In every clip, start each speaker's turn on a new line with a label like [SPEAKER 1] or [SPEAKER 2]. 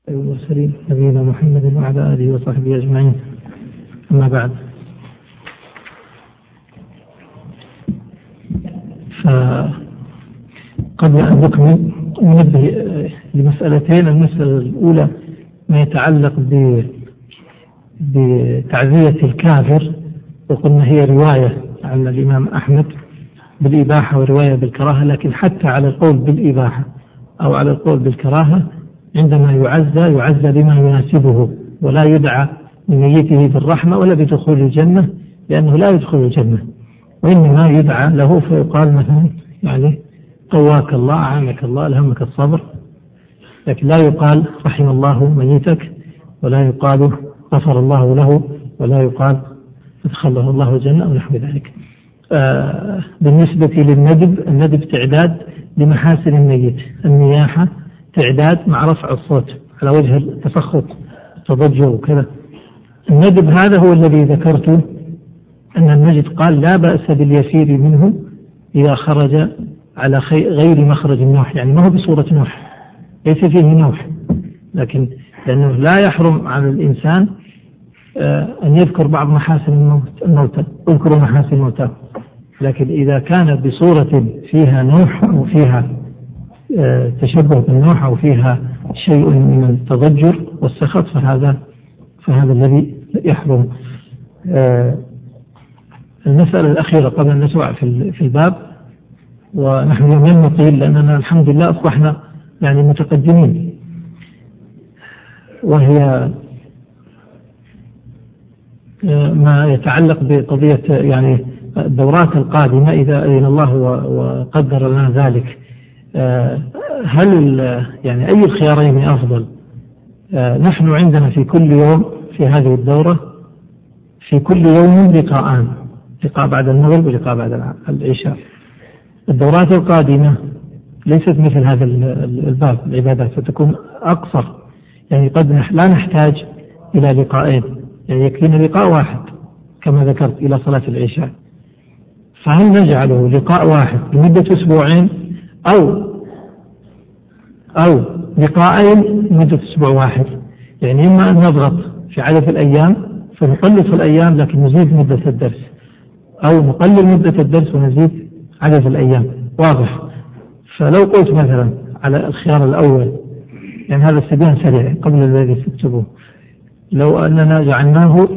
[SPEAKER 1] المرسلين نبينا محمد وعلى آله وصحبه أجمعين. أما بعد، فقبل أن نكمل ننبه لمسألتين. المسألة الأولى ما يتعلق بتعزية الكافر، وقلنا هي رواية عن الإمام أحمد بالإباحة ورواية بالكراهة، لكن حتى على القول بالإباحة أو على القول بالكراهة عندما يعزى بما يناسبه، ولا يدعى لميته بالرحمة ولا بدخول الجنة، لأنه لا يدخل الجنة، وإنما يدعى له فيقال مثلا يعني قواك الله، أعانك الله، ألهمك الصبر، لكن لا يقال رحم الله ميتك، ولا يقال غفر الله له، ولا يقال ادخله الله الجنة أو نحو ذلك. بالنسبة للندب، الندب تعداد لمحاسن الميت، النياحة تعداد مع رفع الصوت على وجه التفخط التضجر وكذا. الندب هذا هو الذي ذكرته أن المجد قال لا بأس باليسير منه إذا خرج على غير مخرج النوح، يعني ما هو بصورة نوح، ليس فيه نوح، لكن لأنه لا يحرم على الإنسان أن يذكر بعض محاسن الموتى، اذكروا محاسن الموتى، لكن إذا كان بصورة فيها نوح أو فيها تشبه بالنوح أو فيها شيء من التضجر والسخط فهذا الذي يحرم. المسألة الأخيرة قبل أن نشرع في الباب، ونحن لم نطيل لأننا الحمد لله أصبحنا يعني متقدمين، وهي ما يتعلق بقضية يعني الدورات القادمة إذا أذن الله وقدر لنا ذلك. هل يعني أي الخيارين أفضل؟ نحن عندنا في كل يوم في هذه الدورة في كل يوم لقاءان، لقاء بعد المغرب ولقاء بعد العشاء. الدورات القادمة ليست مثل هذا الباب، العبادات ستكون أقصر، يعني قد لا نحتاج إلى لقاءين، يعني يكفينا لقاء واحد كما ذكرت إلى صلاة العشاء. فهل نجعله لقاء واحد لمدة أسبوعين أو لقاءين لمدة أسبوع واحد؟ يعني إما أن نضغط في عدد الأيام فنقلل في الأيام لكن نزيد مدة الدرس، أو نقلل مدة الدرس ونزيد عدد الأيام. واضح؟ فلو قلت مثلا على الخيار الأول، يعني هذا استبيان سريع قبل الذي تكتبوه، لو أننا جعلناه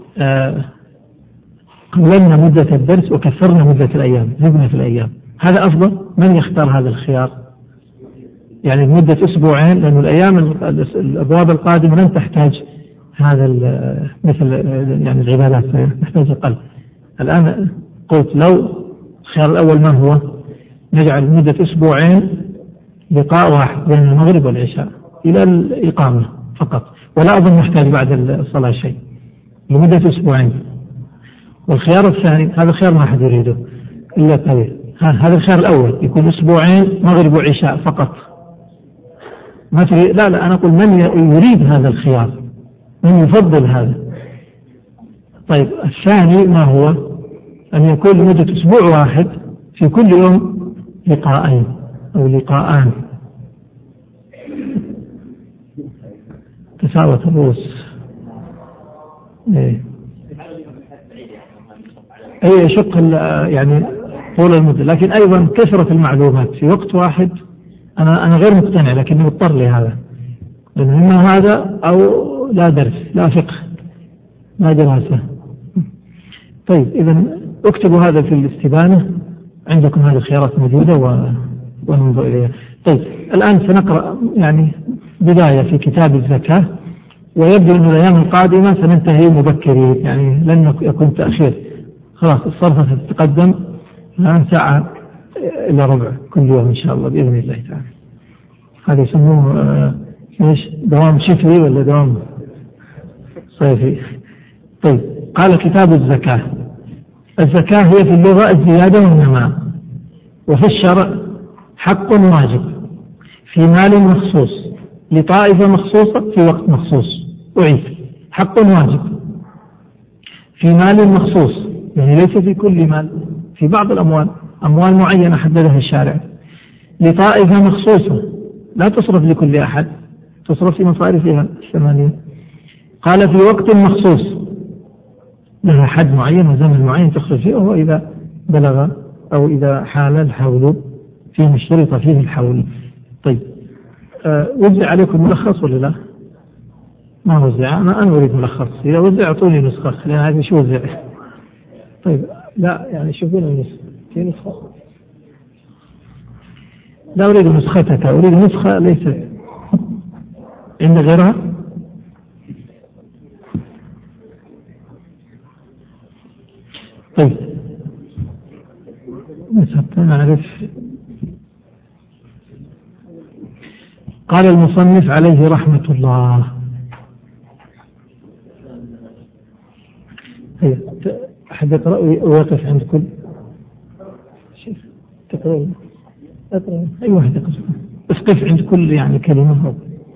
[SPEAKER 1] قللنا مدة الدرس وكثرنا مدة الأيام، زدنا في الأيام، هذا أفضل. من يختار هذا الخيار؟ يعني مدة أسبوعين، لأن الأبواب القادمة لن تحتاج هذا مثل يعني العبادات تحتاج أقل. الآن قلت لو الخيار الأول ما هو؟ نجعل مدة أسبوعين لقاء واحد بين المغرب والعشاء إلى الإقامة فقط، ولا أظن نحتاج بعد الصلاة شيء، لمدة أسبوعين. والخيار الثاني هذا الخيار ما أحد يريده إلا قليل، هذا الخيار الأول يكون أسبوعين مغرب وعشاء فقط. ما تريد؟ لا أنا أقول من يريد هذا الخيار، من يفضل هذا. طيب الثاني ما هو؟ أن يكون لمدة أسبوع واحد في كل يوم لقاءين أو لقاءان. تساوت الرؤوس. أي يشق يعني طول المدة، لكن أيضا كثرة المعلومات في وقت واحد أنا غير مقتنع، لكن مضطر لهذا، لأنه إما هذا أو لا درس، لا فقه، لا دراسة. طيب إذا اكتبوا هذا في الاستبانة، عندكم هذه الخيارات موجودة وننظر إليها. طيب الآن سنقرأ يعني بداية في كتاب الزكاة، ويبدو أن الأيام القادمة سننتهي مبكرين، يعني لن يكون تأخير، خلاص الصرفة ستتقدم الآن ساعة إلى ربع كل يوم إن شاء الله بإذن الله تعالى. هذا يسموه دوام شتوي ولا دوام صيفي؟ طيب قال كتاب الزكاة. الزكاة هي في اللغة الزيادة والنماء، وفي الشرع حق واجب في مال مخصوص لطائفة مخصوصة في وقت مخصوص. أعيد: حق واجب في مال مخصوص، يعني ليس في كل مال، في بعض الأموال، أموال معينة حددها الشارع، لطائفة مخصوصة لا تصرف لكل أحد، تصرف في مصارفها الثمانية. قال في وقت مخصوص، لها حد معين وزمن معين تخرج فيه، وهو إذا بلغ أو إذا حال الحول فيه اشترط فيه الحول. طيب وزع عليكم ملخص ولا لا؟ ما وزع، أنا أريد ملخص. إذا وزع أعطوني نسخة لأن هذه شو وزع. طيب لا يعني شوفون النسخة، في نسخة؟ لا أريد نسختك، أريد نسخة ليست عند غيرها. طيب حتى نعرف. قال المصنف عليه رحمة الله: أحد يقرأ ويقف عند كل شيء. تقرأ أي واحد يقف، اسقف عند كل يعني كلمة.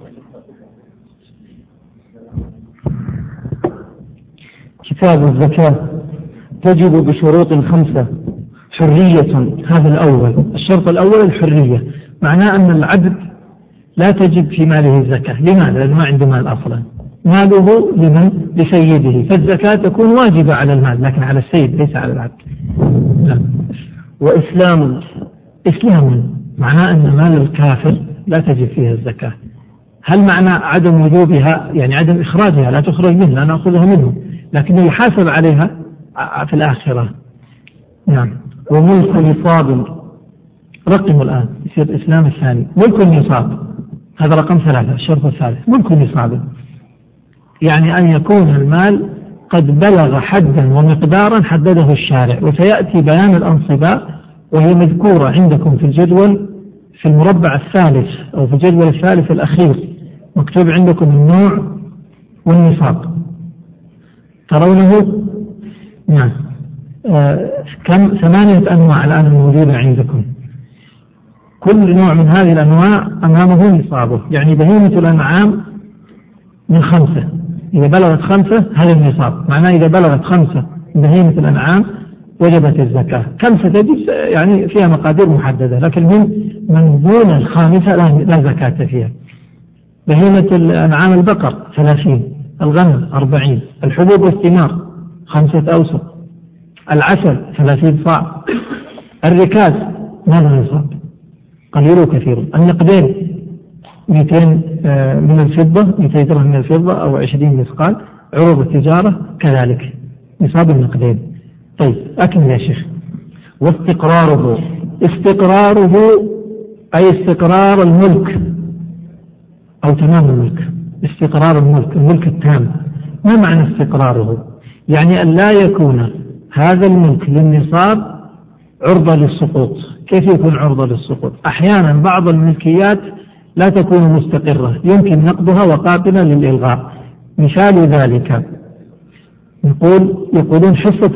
[SPEAKER 1] كتاب الزكاة تجب بشروط 5: حرية، هذا الأول. الشرط الأول الحرية، معناه أن العبد لا تجب في ماله الزكاة. لماذا؟ لأنه ما عنده مال أصلا، ماله لمن؟ لسيده، فالزكاة تكون واجبة على المال لكن على السيد ليس على العبد. لا. وإسلام، معناه أن مال الكافر لا تجب فيها الزكاة. هل معنى عدم وجوبها يعني عدم إخراجها، لا تخرج منه، لا نأخذها منه، لكنه يحاسب عليها في الآخرة. نعم. وملك نصاب، رقم الآن يصير الإسلام الثاني، ملك النصاب، هذا رقم 3. الشرط الثالث ملك النصاب، يعني أن يكون المال قد بلغ حدا ومقدارا حدده الشارع، وسيأتي بيان الأنصباء وهي مذكورة عندكم في الجدول في المربع الثالث أو في الجدول الثالث الأخير، مكتوب عندكم النوع والنصاب ترونه. نعم. كم؟ 8 أنواع الآن موجودة عندكم، كل نوع من هذه الأنواع أمامه نصابه، يعني بهيمة الأنعام من 5، إذا بلغت 5 هذا النصاب، معناه إذا بلغت 5 بهيمة الأنعام وجبت الزكاة. كم ستجب يعني فيها مقادير محددة، لكن من دون 5 لا زكاة فيها. بهيمة الأنعام البقر 30، الغنم 40، الحبوب والثمار 5 أوسق، العسل 30 صاع، الركاز ما له نصاب قليل وكثير، النقدين 200 من الفضة، 200 درهم من الفضة أو 20 مثقال، عروض التجارة كذلك نصاب النقدين. طيب أكمل يا شيخ. واستقراره، أي استقرار الملك أو تمام الملك، استقرار الملك التام. ما معنى استقراره؟ يعني أن لا يكون هذا الملك للنصاب عرضة للسقوط. كيف يكون عرضة للسقوط؟ أحيانا بعض الملكيات لا تكون مستقرة، يمكن نقضها وقابلة للإلغاء. مثال ذلك يقولون حصة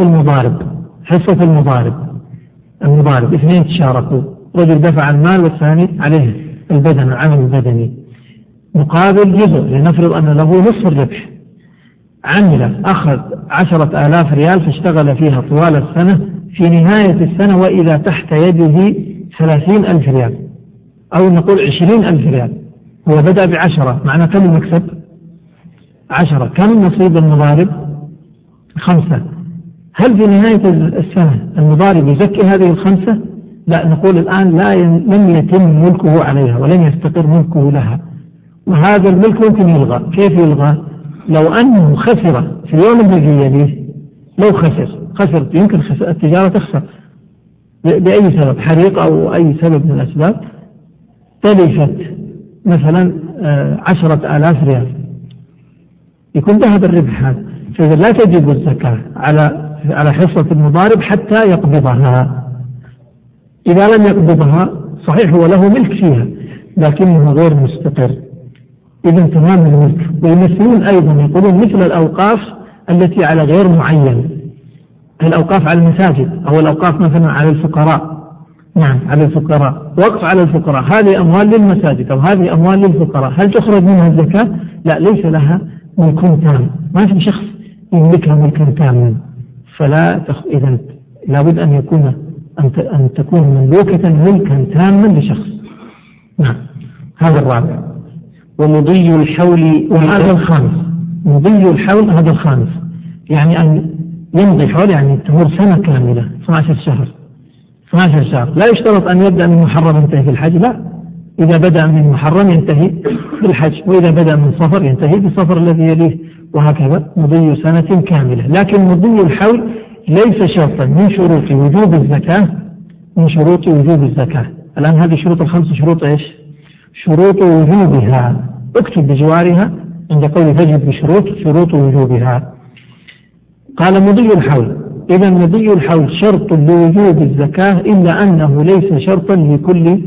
[SPEAKER 1] المضارب 2 تشاركوا، رجل دفع المال والثاني عليه العمل البدني مقابل جزء، لنفرض أن له نصف الربح، عمل أخذ 10,000 ريال فاشتغل فيها طوال السنة، في نهاية السنة وإذا تحت يده 30,000 ريال أو نقول 20,000 ريال، هو بدأ ب10، معنى كم المكسب؟ 10. كم نصيب المضارب؟ 5. هل في نهاية السنة المضارب يزكي هذه 5؟ لا، نقول الآن لم يتم ملكه عليها ولم يستقر ملكه لها، وهذا الملك ممكن يلغى. كيف يلغى؟ لو أنه خسر في اليوم الذي يليه، لو خسر يمكن التجارة تخسر بأي سبب، حريق أو أي سبب من الأسباب، تلفت مثلا 10,000 ريال، يكون ذهب الربح هذا، فإذا لا تجب الزكاة على حصة المضارب حتى يقبضها. إذا لم يقبضها صحيح هو له ملك فيها لكنه غير مستقر، إذن تمام الملك. ويمثلون أيضا يقولون مثل الأوقاف التي على غير معين، الأوقاف على المساجد أو الأوقاف مثلا على الفقراء. نعم على الفقراء، وقف على الفقراء، هذه أموال للمساجد أو هذه أموال للفقراء، هل تخرج منها الزكاة؟ لا، ليس لها ملك تام، ما في شخص يملكها ملكا تاما، إذن لابد أن تكون مملوكة ملكا تاما لشخص. نعم. هذا الرابع.
[SPEAKER 2] ومضي الحول
[SPEAKER 1] وهذا الخامس. مضي الحول هذا الخامس، يعني أن يمضي حول، يعني تمر سنة كاملة 12 شهر. 12 شهر لا يشترط أن يبدأ من محرم ينتهي في الحج، لا، إذا بدأ من محرم ينتهي بالحج، وإذا بدأ من صفر ينتهي بالصفر الذي يليه، وهكذا مضي سنة كاملة. لكن مضي الحول ليس شرطا من شروط وجوب الزكاة، من شروط وجوب الزكاة. الآن هذه شروط الخمس شروط إيش؟ شروط وجوبها، اكتب بجوارها عند قول تجب بشروط، شروط وجوبها. قال مضي الحول، إذا مضي الحول شرط لوجوب الزكاة، إلا أنه ليس شرطا لكل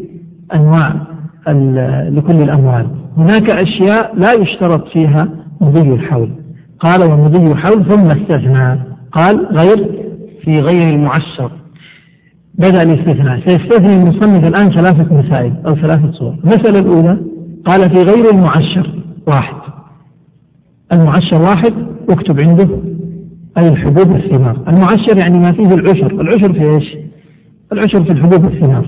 [SPEAKER 1] الأموال. هناك أشياء لا يشترط فيها مضي الحول. قال ومضي الحول ثم استثنى، قال
[SPEAKER 2] في غير المعشر.
[SPEAKER 1] بدأ الاستثناء. سيستثني المصنف الآن 3 مسائل أو 3 صور. المسألة الأولى قال في غير المعشر 1. المعشر 1 اكتب عنده أي الحبوب والثمار. المعشر يعني ما فيه العشر. العشر في إيش؟ العشر في الحبوب والثمار.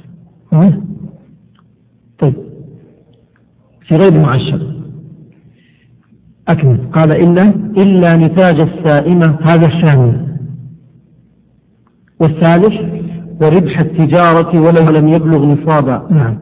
[SPEAKER 1] طيب في غير المعشر أكمل. قال
[SPEAKER 2] إلا نتاج السائمة،
[SPEAKER 1] هذا الثاني.
[SPEAKER 2] والثالث وربح التجارة ولو لم يبلغ نصابا.
[SPEAKER 1] نعم.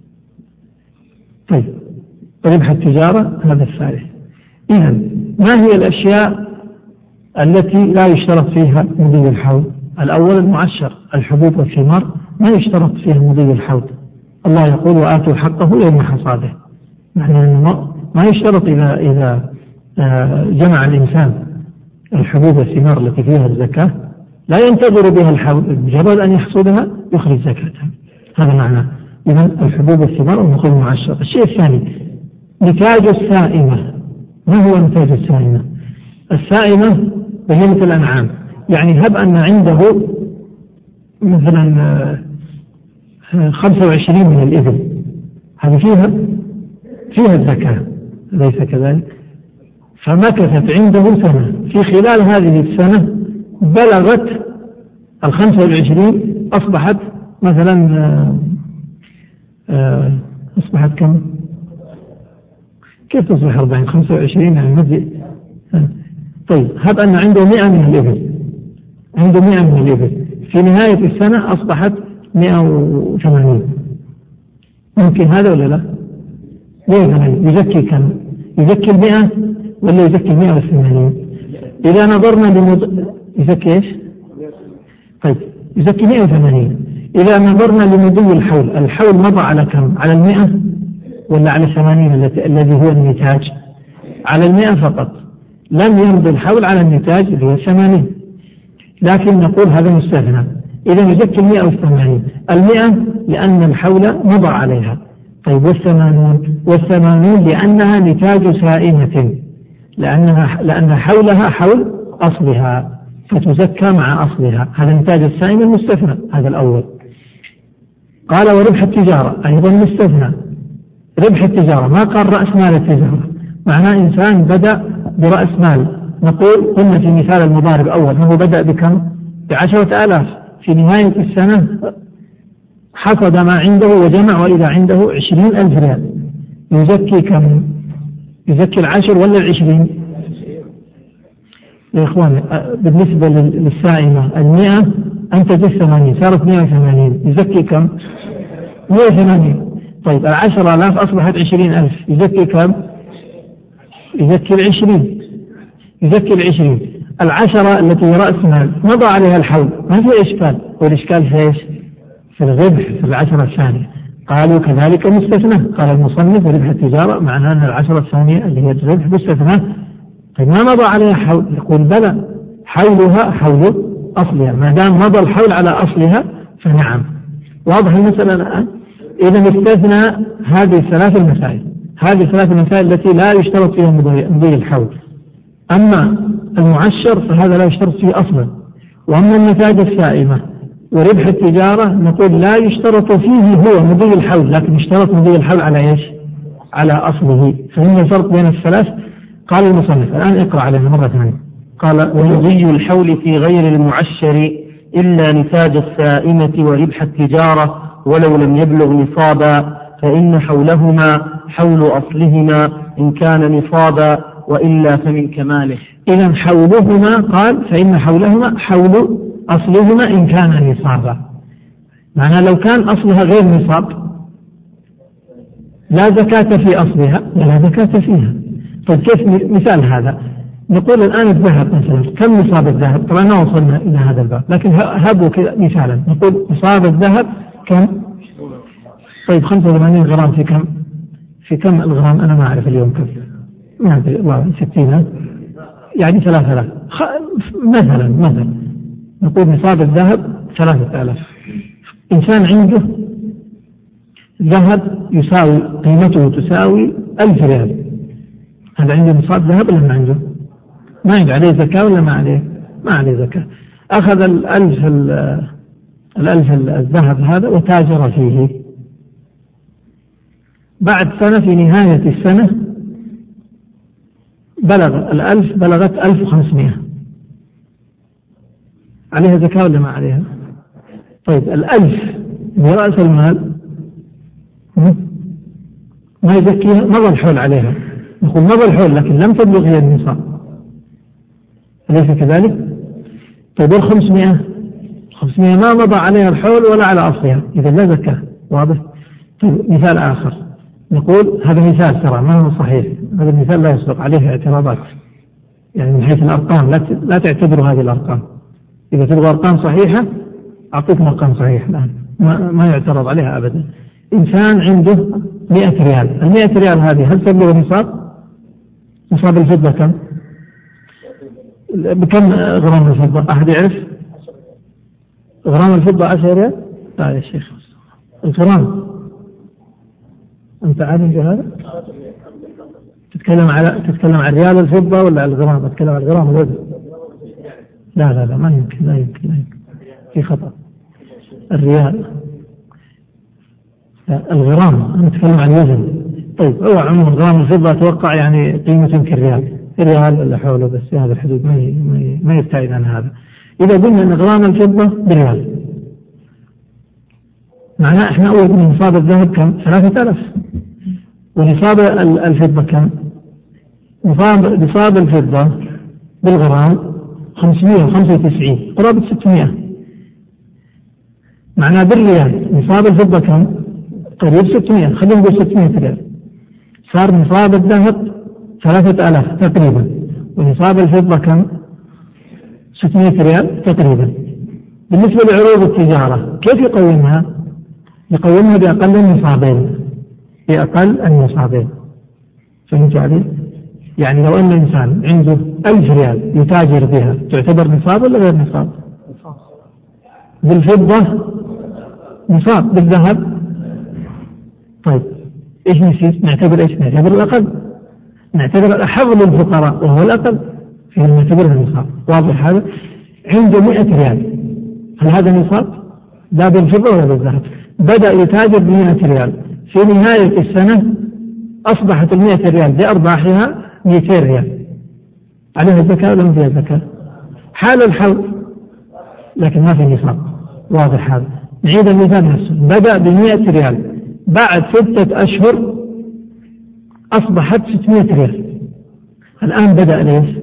[SPEAKER 1] طيب ربح التجارة هذا الثالث. إذن ما هي الأشياء التي لا يشترط فيها مضي الحول؟ الأول المعشر، الحبوب والثمار ما يشترط فيها مضي الحول. الله يقول وآتوا حقه يوم حصاده، يعني ما يشترط إذا جمع الإنسان الحبوب والثمار التي فيها الزكاة لا ينتظر بها الحول، بجرد أن يحصدها يخرج زكاتها. هذا معناه. إذن الحبوب والثمار ونقول معشر. الشيء الثاني نتاج السائمة. ما هو نتاج السائمة؟ السائمة بهيمة الأنعام، يعني هب أن عنده مثلا 25 من الإبل، هذه فيها الزكاة، ليس كذلك؟ فمكثت عنده سنة، في خلال هذه السنة بلغت 25، أصبحت مثلا أصبحت كم؟ كيف تصبح 40؟ 25 يعني مجزئ. طيب هب أن عنده 100 من الإبل، عنده 100 من الإبل، في نهاية السنة أصبحت 180. ممكن هذا ولا لا؟ 180 يزكي كم؟ يزكي 100 ولا يزكي 180؟ إذا نظرنا يزكي إيش؟ طيب يزكي 180. إذا نظرنا لمضي الحول، الحول مضى على كم؟ على 100 ولا على 80 الذي هو النتاج؟ على 100 فقط، لم يمضي الحول على النتاج اللي هو 80. لكن نقول هذا مستثنى. إذا يزكي 180 100 لأن الحول مضى عليها. طيب والثمانون لأنها نتاج سائمة، لأن حولها حول أصلها فتزكى مع أصلها. هذا نتاج السائمة المستثنى، هذا الأول. قال وربح التجارة أيضا مستثنى. ربح التجارة ما قال رأس مال التجارة، معناه إنسان بدأ برأس مال، نقول قلنا في مثال المضارب أول أنه بدأ بكم؟ ب10,000، في نهاية السنة حصد ما عنده وجمع وإذا عنده 20,000 ريال، يزكي كم؟ يزكي 10 ولا 20؟ يا إخوان بالنسبة للسائمة 100 أنتجت 80 صارت 180، يزكي كم؟ 180. طيب 10,000 أصبحت 20,000، يزكي كم؟ يزكي 20. يزكي 20. 10 التي رأس مال مضى عليها الحول، ما في إشكال. والإشكال في إيش؟ في الربح في 10 الثانية. قالوا كذلك مستثنى. قال المصنف ربح التجارة معناه أن 10 الثانية اللي هي الربح مستثنى. طيب ما مضى عليها حول؟ يقول بلى، حولها حول أصلها، ما دام مضى الحول على أصلها فنعم. واضح المسألة الآن؟ إذا استثنى هذه الثلاث المسائل، هذه الثلاث المسائل التي لا يشترط فيها مضي الحول. أما المعشر فهذا لا يشترط فيه أصلا. وأما النتاج السائمة وربح التجارة نقول لا يشترط فيه هو مضي الحول، لكن يشترط مضي الحول على إيش؟ على أصله. فهنا الفرق بين الثلاث. قال المصنف الآن اقرأ علينا مرة ثانية.
[SPEAKER 2] قال ومضي الحول في غير المعشر إلا نتاج السائمة وربح التجارة ولو لم يبلغ نصابا، فإن حولهما حول أصلهما إن كان نصابا وإلا فمن كماله.
[SPEAKER 1] إذا حولهما قال فإن حولهما حول أصلهما إن كان نصابا، معناه لو كان أصلها غير نصاب لا زكاة في أصلها ولا زكاة فيها. طيب كيف مثال هذا؟ نقول الآن الذهب مثلا، كم نصاب الذهب؟ طبعا ما وصلنا إلى هذا الباب، لكن هبوا كذا مثالا، نقول نصاب الذهب كم؟ طيب 85 غرام في كم؟ في كم الغرام؟ أنا ما أعرف اليوم كم، ما أدري والله 60 يعني 3000 مثلا نقول نصاب الذهب 3000. إنسان عنده ذهب يساوي قيمته تساوي 1000 ريال، هذا عنده نصاب ذهب ولا ما عنده؟ ما عنده، عليه زكاة ولا ما عليه؟ ما عليه زكاة. أخذ الألف الذهب هذا وتاجر فيه، بعد سنة في نهاية السنة بلغت 1500، عليها زكاة ولا ما عليها؟ طيب 1000 برأس المال ما يزكيها، مضى الحول عليها، نقول مضى الحول لكن لم تبلغ هي النصاب، أليس كذلك؟ طيب 500 ما مضى عليها الحول ولا على أصلها، إذا لا زكاة، واضح؟ طيب مثال آخر، نقول هذا مثال ترى ما هو صحيح، هذا المثال لا يسبق عليه اعتراضات، يعني من حيث الأرقام لا تعتبروا هذه الأرقام، إذا تبغى أرقام صحيحة أعطيكم أرقام صحيحة الآن ما يعترض عليها أبدا. إنسان عنده 100 ريال، 100 ريال هذه هل تبلغ نصاب الفضة كم؟ بكم غرام الفضة؟ أحد يعرف؟ غرام الفضة 10 ريال؟ لا يا شيخ، الغرام أنت عالم بهذا؟ تتكلم عن ريال الفضة ولا عن الغرام؟ أتكلم عن الغرام الوزن. لا ما يمكن، لا يمكن في خطأ. الريال الغرام، أنا أتكلم عن الوزن. طيب هو عموما غرام الفضة أتوقع يعني قيمة كالريال، الريال ولا حوله، بس في هذا الحدود ما يبتعد عن هذا. إذا قلنا أن غرام الفضة بريال معناه إحنا أول من نصاب الذهب كم؟ 3000، ونصاب الفضة كم؟ نصاب الفضة بالغرام 595 قرابة 600، معناه بالريال نصاب الفضة كم؟ قريب 600، خلينا نقول 600 ريال، صار نصاب الذهب 3000 تقريبا، ونصاب الفضة كم؟ 600 ريال تقريبا. بالنسبة لعروض التجارة كيف يقومها؟ يقومها بأقل النصابين، فهمت علي؟ يعني لو أن إنسان عنده 1000 ريال يتاجر بها تعتبر نصاب ولا غير نصاب؟ بالفضة نصاب، بالذهب طيب إيش نصير؟ نعتبر الأقل، نعتبر الأحظ للفقراء وهو الأقل، فهي نعتبرها نصاب، واضح هذا؟ عنده 100 ريال، هل هذا نصاب؟ لا بالفضة ولا بالذهب، بدأ يتاجر ب100 ريال، في نهاية السنة أصبحت 100 ريال بأرباحها 200 ريال، عليها الزكاة ولا ما فيها زكاة؟ حال الحول لكن ما في نصاب، واضح هذا؟ نعيد المثال نفسه، بدأ ب100 ريال، بعد 6 أشهر أصبحت 600 ريال، الآن بدأ ليش؟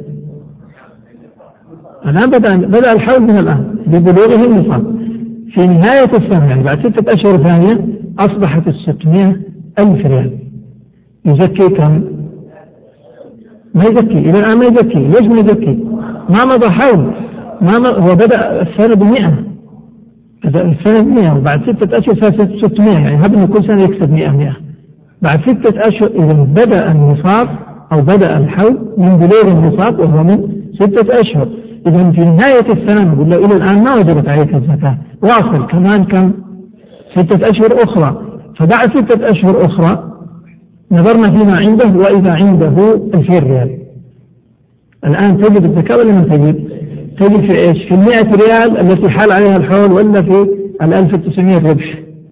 [SPEAKER 1] الآن بدأ الحول من الآن ببلوغه النصاب، في نهاية السنة يعني بعد 6 أشهر ثانية أصبحت 600,000 ريال، يزكي كم؟ ما يزكي، إذا الآن ما يزكي، ليش ما يزكي؟ ما مضى حول، هو بدأ السنة ب100، بدأ السنة ب100 وبعد 6 أشهر صار 600، يعني هذا كل سنة يكسب 100 بعد 6 أشهر. إذا بدأ النصاب أو بدأ الحول من بلوغ النصاب وهو من 6 أشهر، إذا في نهاية السنة نقول له إلى الآن ما وجبت عليك الزكاة، واصل كمان كم؟ 6 أشهر أخرى، فبعد 6 أشهر أخرى نظرنا فيما عنده، وإذا عنده 2000 ريال، الآن تجد الزكاة ولا ما تجد؟ تجد في إيش؟ في 100 ريال التي حال عليها الحول ولا في 1900 ربح؟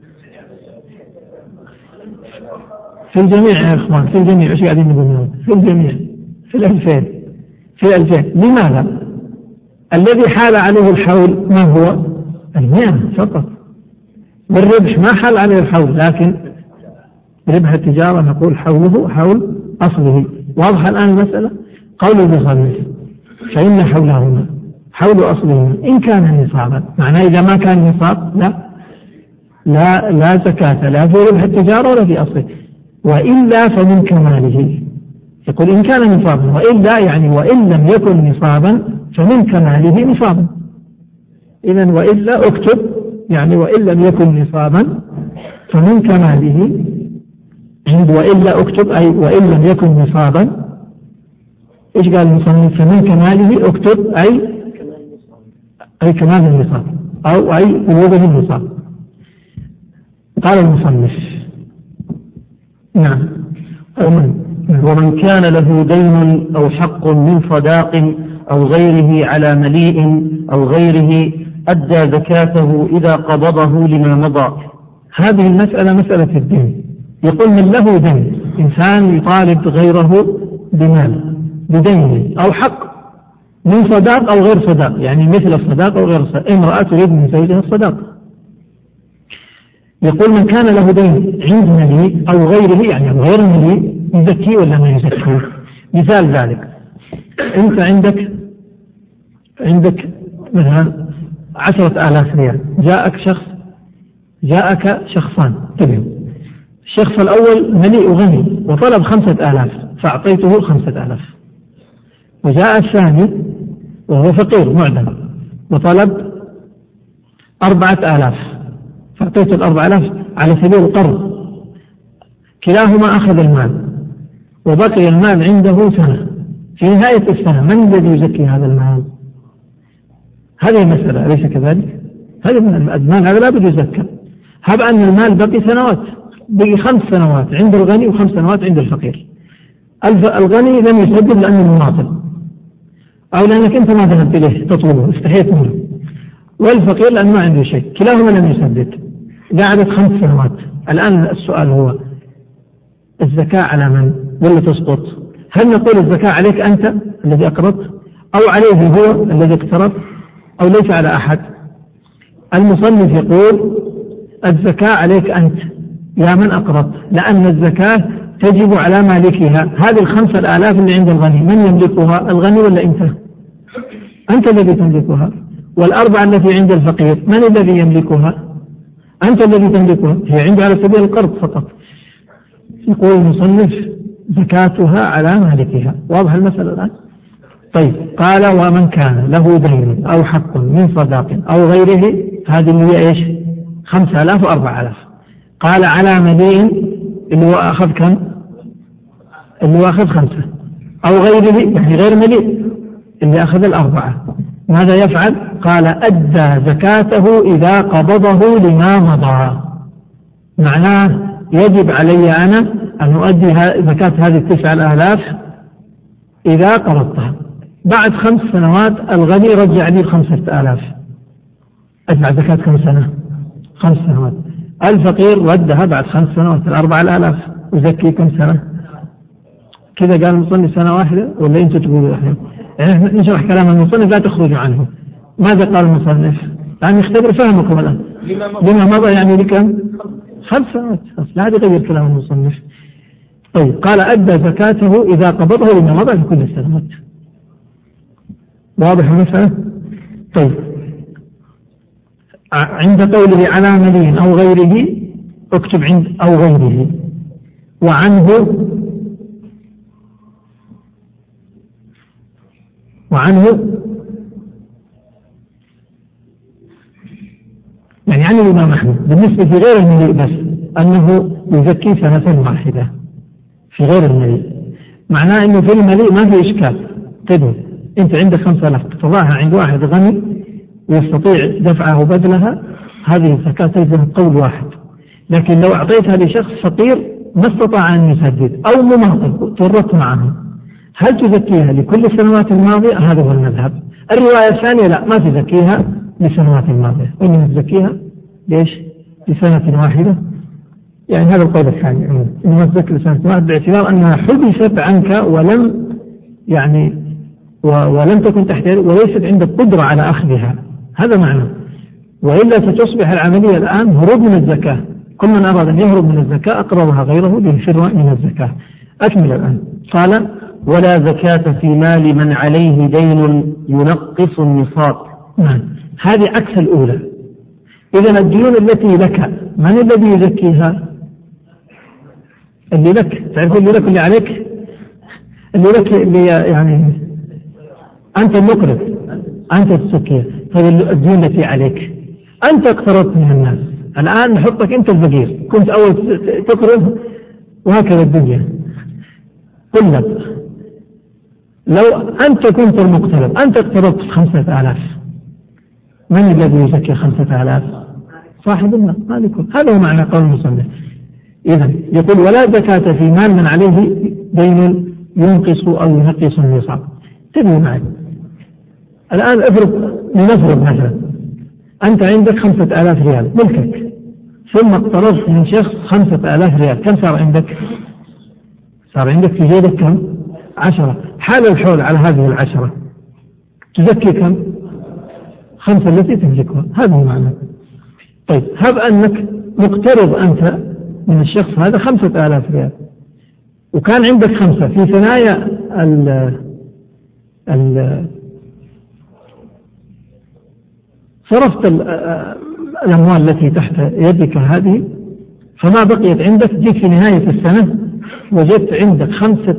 [SPEAKER 1] في الجميع يا إخوان، في الجميع، إيش قاعدين نقول؟ في الجميع، في 2000. لماذا؟ الذي حال عليه الحول ما هو؟ 100 فقط، والربح ما حال عليه الحول، لكن ربح التجارة نقول حوله حول أصله. واضح الآن المسألة؟ قول المصنف فإن حولهما حول أصلهما إن كان نصابا، معناه إذا ما كان نصاب لا زكاة لا في ربح التجارة ولا في أصله، وإلا فمن كماله. يقول إن كان نصابا، وإلا يعني وإن لم يكن نصابا فمن كماله نصابا. إذن وإلا اكتب يعني وإن لم يكن نصابا فمن كماله، عند وإلا اكتب أي وإن لم يكن نصابا. إيش قال المصنف؟ فمن كماله اكتب أي كمال النصاب أو أي بلوغه النصاب. قال المصنف نعم
[SPEAKER 2] ومن كان له دين أو حق من صداق أو غيره على مليء أو غيره أدى زكاته إذا قبضه لما مضى.
[SPEAKER 1] هذه المسألة مسألة الدين. يقول من له دين، إنسان يطالب غيره بمال بدين أو حق من صداق أو غير صداق، يعني مثل الصداق أو غير الصداق، امرأة تريد من زوجها الصداق. يقول من كان له دين عند مليء أو غيره، يعني غير مليء يزكي ولا ما يزكي؟ مثال ذلك أنت عندك مثلا 10,000 ريال، جاءك شخصان تبعه، الشخص الأول مليء غني وطلب 5,000 فأعطيته 5,000، وجاء الثاني وهو فقير معدم وطلب 4,000 فأعطيته 4,000 على سبيل القرض. كلاهما أخذ المال وبقي المال عنده سنة، في نهاية السنة من الذي يزكي هذا المال؟ هذه مسألة أليس كذلك؟ هذا من المال هذا لا بد يزكى. هب أن المال بقي سنوات، بقي 5 سنوات عند الغني و5 سنوات عند الفقير. الغني لم يسدد لأنه مواطن أو لأنك أنت ما ذهبت إليه تطلبه استحيت منه، والفقير لأنه ما عنده شيء، كلاهما لم يسدد، قعدت 5 سنوات. الآن السؤال هو الزكاة على من ولا تسقط؟ هل نقول الزكاة عليك أنت الذي أقرضت أو عليه هو الذي اقترض أو ليس على أحد؟ المصنف يقول الزكاة عليك أنت يا من أقرضت، لأن الزكاة تجب على مالكها. هذه 5,000 اللي عند الغني من يملكها؟ الغني ولا أنت؟ أنت الذي تملكها. وال4 التي عند الفقير من الذي يملكها؟ أنت الذي تملكها، هي عنده على سبيل القرض فقط. يقول المصنف زكاتها على مالكها. واضح المسألة الآن؟ طيب قال ومن كان له دين أو حق من صداق أو غيره، هذه اللي هي إيش؟ 5,000 و4,000. قال على مليء اللي هو أخذ كم؟ اللي هو أخذ 5، أو غيره يعني غير مليء اللي أخذ 4. ماذا يفعل؟ قال أدى زكاته إذا قبضه لما مضى. معناه يجب علي أنا أن أؤدي زكاة هذه 9,000 إذا قبضتها. بعد 5 سنوات الغني رجع لي 5,000، أدفع زكاة كم سنة؟ 5 سنوات. الفقير ردها بعد 5 سنوات 4,000، وزكي كم سنة؟ كذا قال المصنف سنة واحدة ولا أنتم تقولوا الحين؟ يعني نشرح كلام المصنف لا تخرجوا عنه. ماذا قال المصنف؟ يعني يختبر فهمكم الآن. لما مضى يعني لكم 5 سنوات، لا يغير كلام المصنف. طيب قال أدى زكاته إذا قبضه لما مضى في كل السنوات. واضح المسألة؟ طيب عند قوله على مليء أو غيره اكتب عند أو غيره. وعنه يعني عن الإمام أحمد بالنسبة في غير المليء بس أنه يزكي سنة واحدة في غير المليء. معناه أنه في المليء ما في إشكال. تدو أنت عندك 5,000 تضعها عند واحد غني ويستطيع دفعه وبذلها، هذه الزكاة تلزم قول واحد. لكن لو أعطيتها لشخص فقير ما استطاع أن يسدد أو مماطل تورط معه، هل تزكيها لكل السنوات الماضية؟ هذا هو المذهب. الرواية الثانية لا، ما تزكيها لسنوات الماضية، وإنما تزكيها ليش؟ لسنة واحدة. يعني هذا القول الثاني، إنما تزكي لسنة واحدة باعتبار أنها حبست عنك ولم تكن تحتاج وليست عندك قدرة على أخذها، هذا معنى. وإلا ستصبح العملية الآن هروب من الزكاة، كل من أراد أن يهرب من الزكاة أقرضها غيره ليفر من الزكاة. أكمل الآن. قال:
[SPEAKER 2] ولا زكاة في مال من عليه دين ينقص النصاب.
[SPEAKER 1] نعم، هذه عكس الأولى. إذن الديون التي لك من الذي يزكيها؟ اللي لك، تعرف اللي لك واللي عليك. اللي لك اللي يعني أنت المقرض، أنت تزكيها. طيب الديون التي عليك أنت اقترضت من الناس، الآن نحطك أنت الفقير، كنت أول تقرض وهكذا الدنيا. قلنا لو أنت كنت المقترض، أنت اقترضت 5000، من الذي يزكي 5000؟ صاحب المال، مالكم. هذا هو معنى قول المصنف. إذن يقول: ولا زكاة في مال من عليه دين ينقص أو ينقص النصاب. تبني معي الآن، لنفرض مثلا أنت عندك 5000 ريال ملكك، ثم اقترضت من شخص 5000 ريال، كم صار عندك؟ صار عندك في جيبك كم؟ 10. حال الحول على هذه 10 تزكي كم؟ 5 التي تملكها. هذا هو معنى. طيب هب أنك مقترض أنت من الشخص هذا 5000 ريال، وكان عندك 5 في ثنايا صرفت الأموال التي تحت يدك هذه، فما بقيت عندك. جيت في نهاية السنة وجدت عندك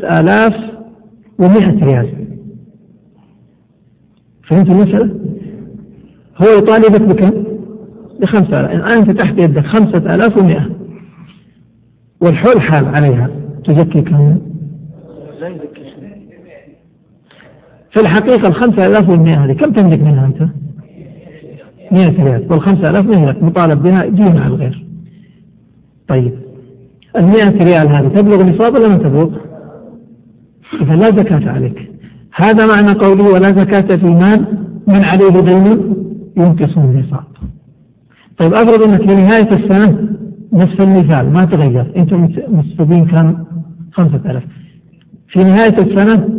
[SPEAKER 1] 5100 ريال. فهمت المسألة؟ هو يطالبك بكم؟ ب5000. الآن أنت تحت يدك 5100 والحول حال عليها، تزكي كم؟ في الحقيقة 5100 هذه كم تملك منها أنت؟ 100 ريال، وال5000 مهلك مطالب بها دين على الغير. طيب 100 ريال هذه تبلغ النصاب ولا ما تبلغ؟ إذا لا زكاة عليك. هذا معنى قوله: ولا زكاة في مال من عليه دين ينقص النصاب. طيب أفرض أنك في نهاية السنة نفس المثال ما تغير، أنتم مستفيدين كان 5000 في نهاية السنة،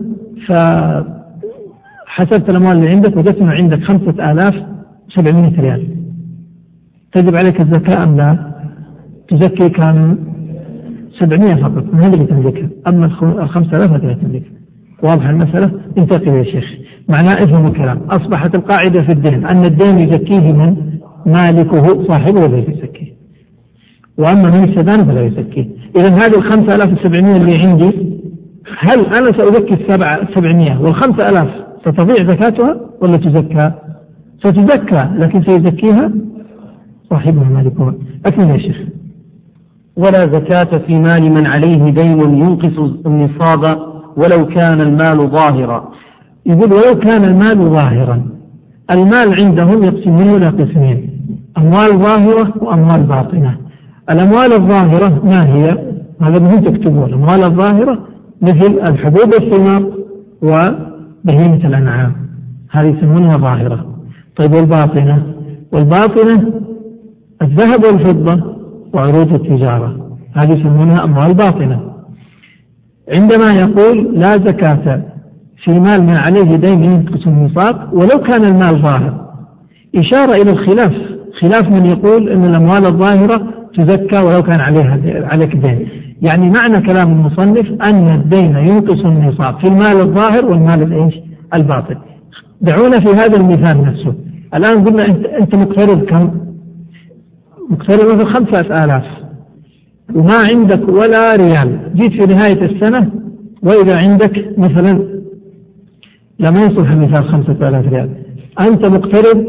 [SPEAKER 1] فحسبت الأموال اللي عندك وجدت أنه عندك 5700 ريال، تجب عليك الزكاة أم لا؟ تزكي كان 700 فقط، من هذا اللي تملكها، أما 5000 هذا تملكها. واضح المسألة؟ انتقل يا شيخ، معناه افهم الكلام. أصبحت القاعدة في الدين أن الدين يزكيه من مالكه صاحبه الذي يزكيه، وأما من السدان فلا يزكيه. إذن هذه 5700 اللي عندي، هل أنا سأزكي 700 وال5000 ستضيع زكاتها ولا تزكى؟ ستزكى، لكن سيزكيها صاحبها مالكها. أكمل يا شيخ.
[SPEAKER 2] ولا زكاة في مال من عليه دين ينقص النصاب ولو كان المال ظاهرا.
[SPEAKER 1] يقول: ولو كان المال ظاهرا. المال عندهم يقسمون إلى قسمين: أموال ظاهرة وأموال باطنة. الأموال الظاهرة ما هي؟ هذا مهم تكتبوه. الأموال الظاهرة مثل الحبوب والثمار وبهيمة الأنعام، هذه يسمونها ظاهرة. طيب والباطنة؟ والباطنة الذهب والفضة وعروض التجارة، هذه يسمونها أموال باطنة. عندما يقول لا زكاة في مال من عليه دين ينقص النصاب ولو كان المال ظاهر، إشارة إلى الخلاف، خلاف من يقول أن الأموال الظاهرة تزكى ولو كان عليك دين. يعني معنى كلام المصنف أن الدين ينقص النصاب في المال الظاهر والمال الباطن. دعونا في هذا المثال نفسه. الآن قلنا أنت مقترض كم؟ مقترض مثل 5000 وما عندك ولا ريال. جيت في نهاية السنة وإذا عندك مثلا، لما يصلح المثال 5000 ريال، أنت مقترض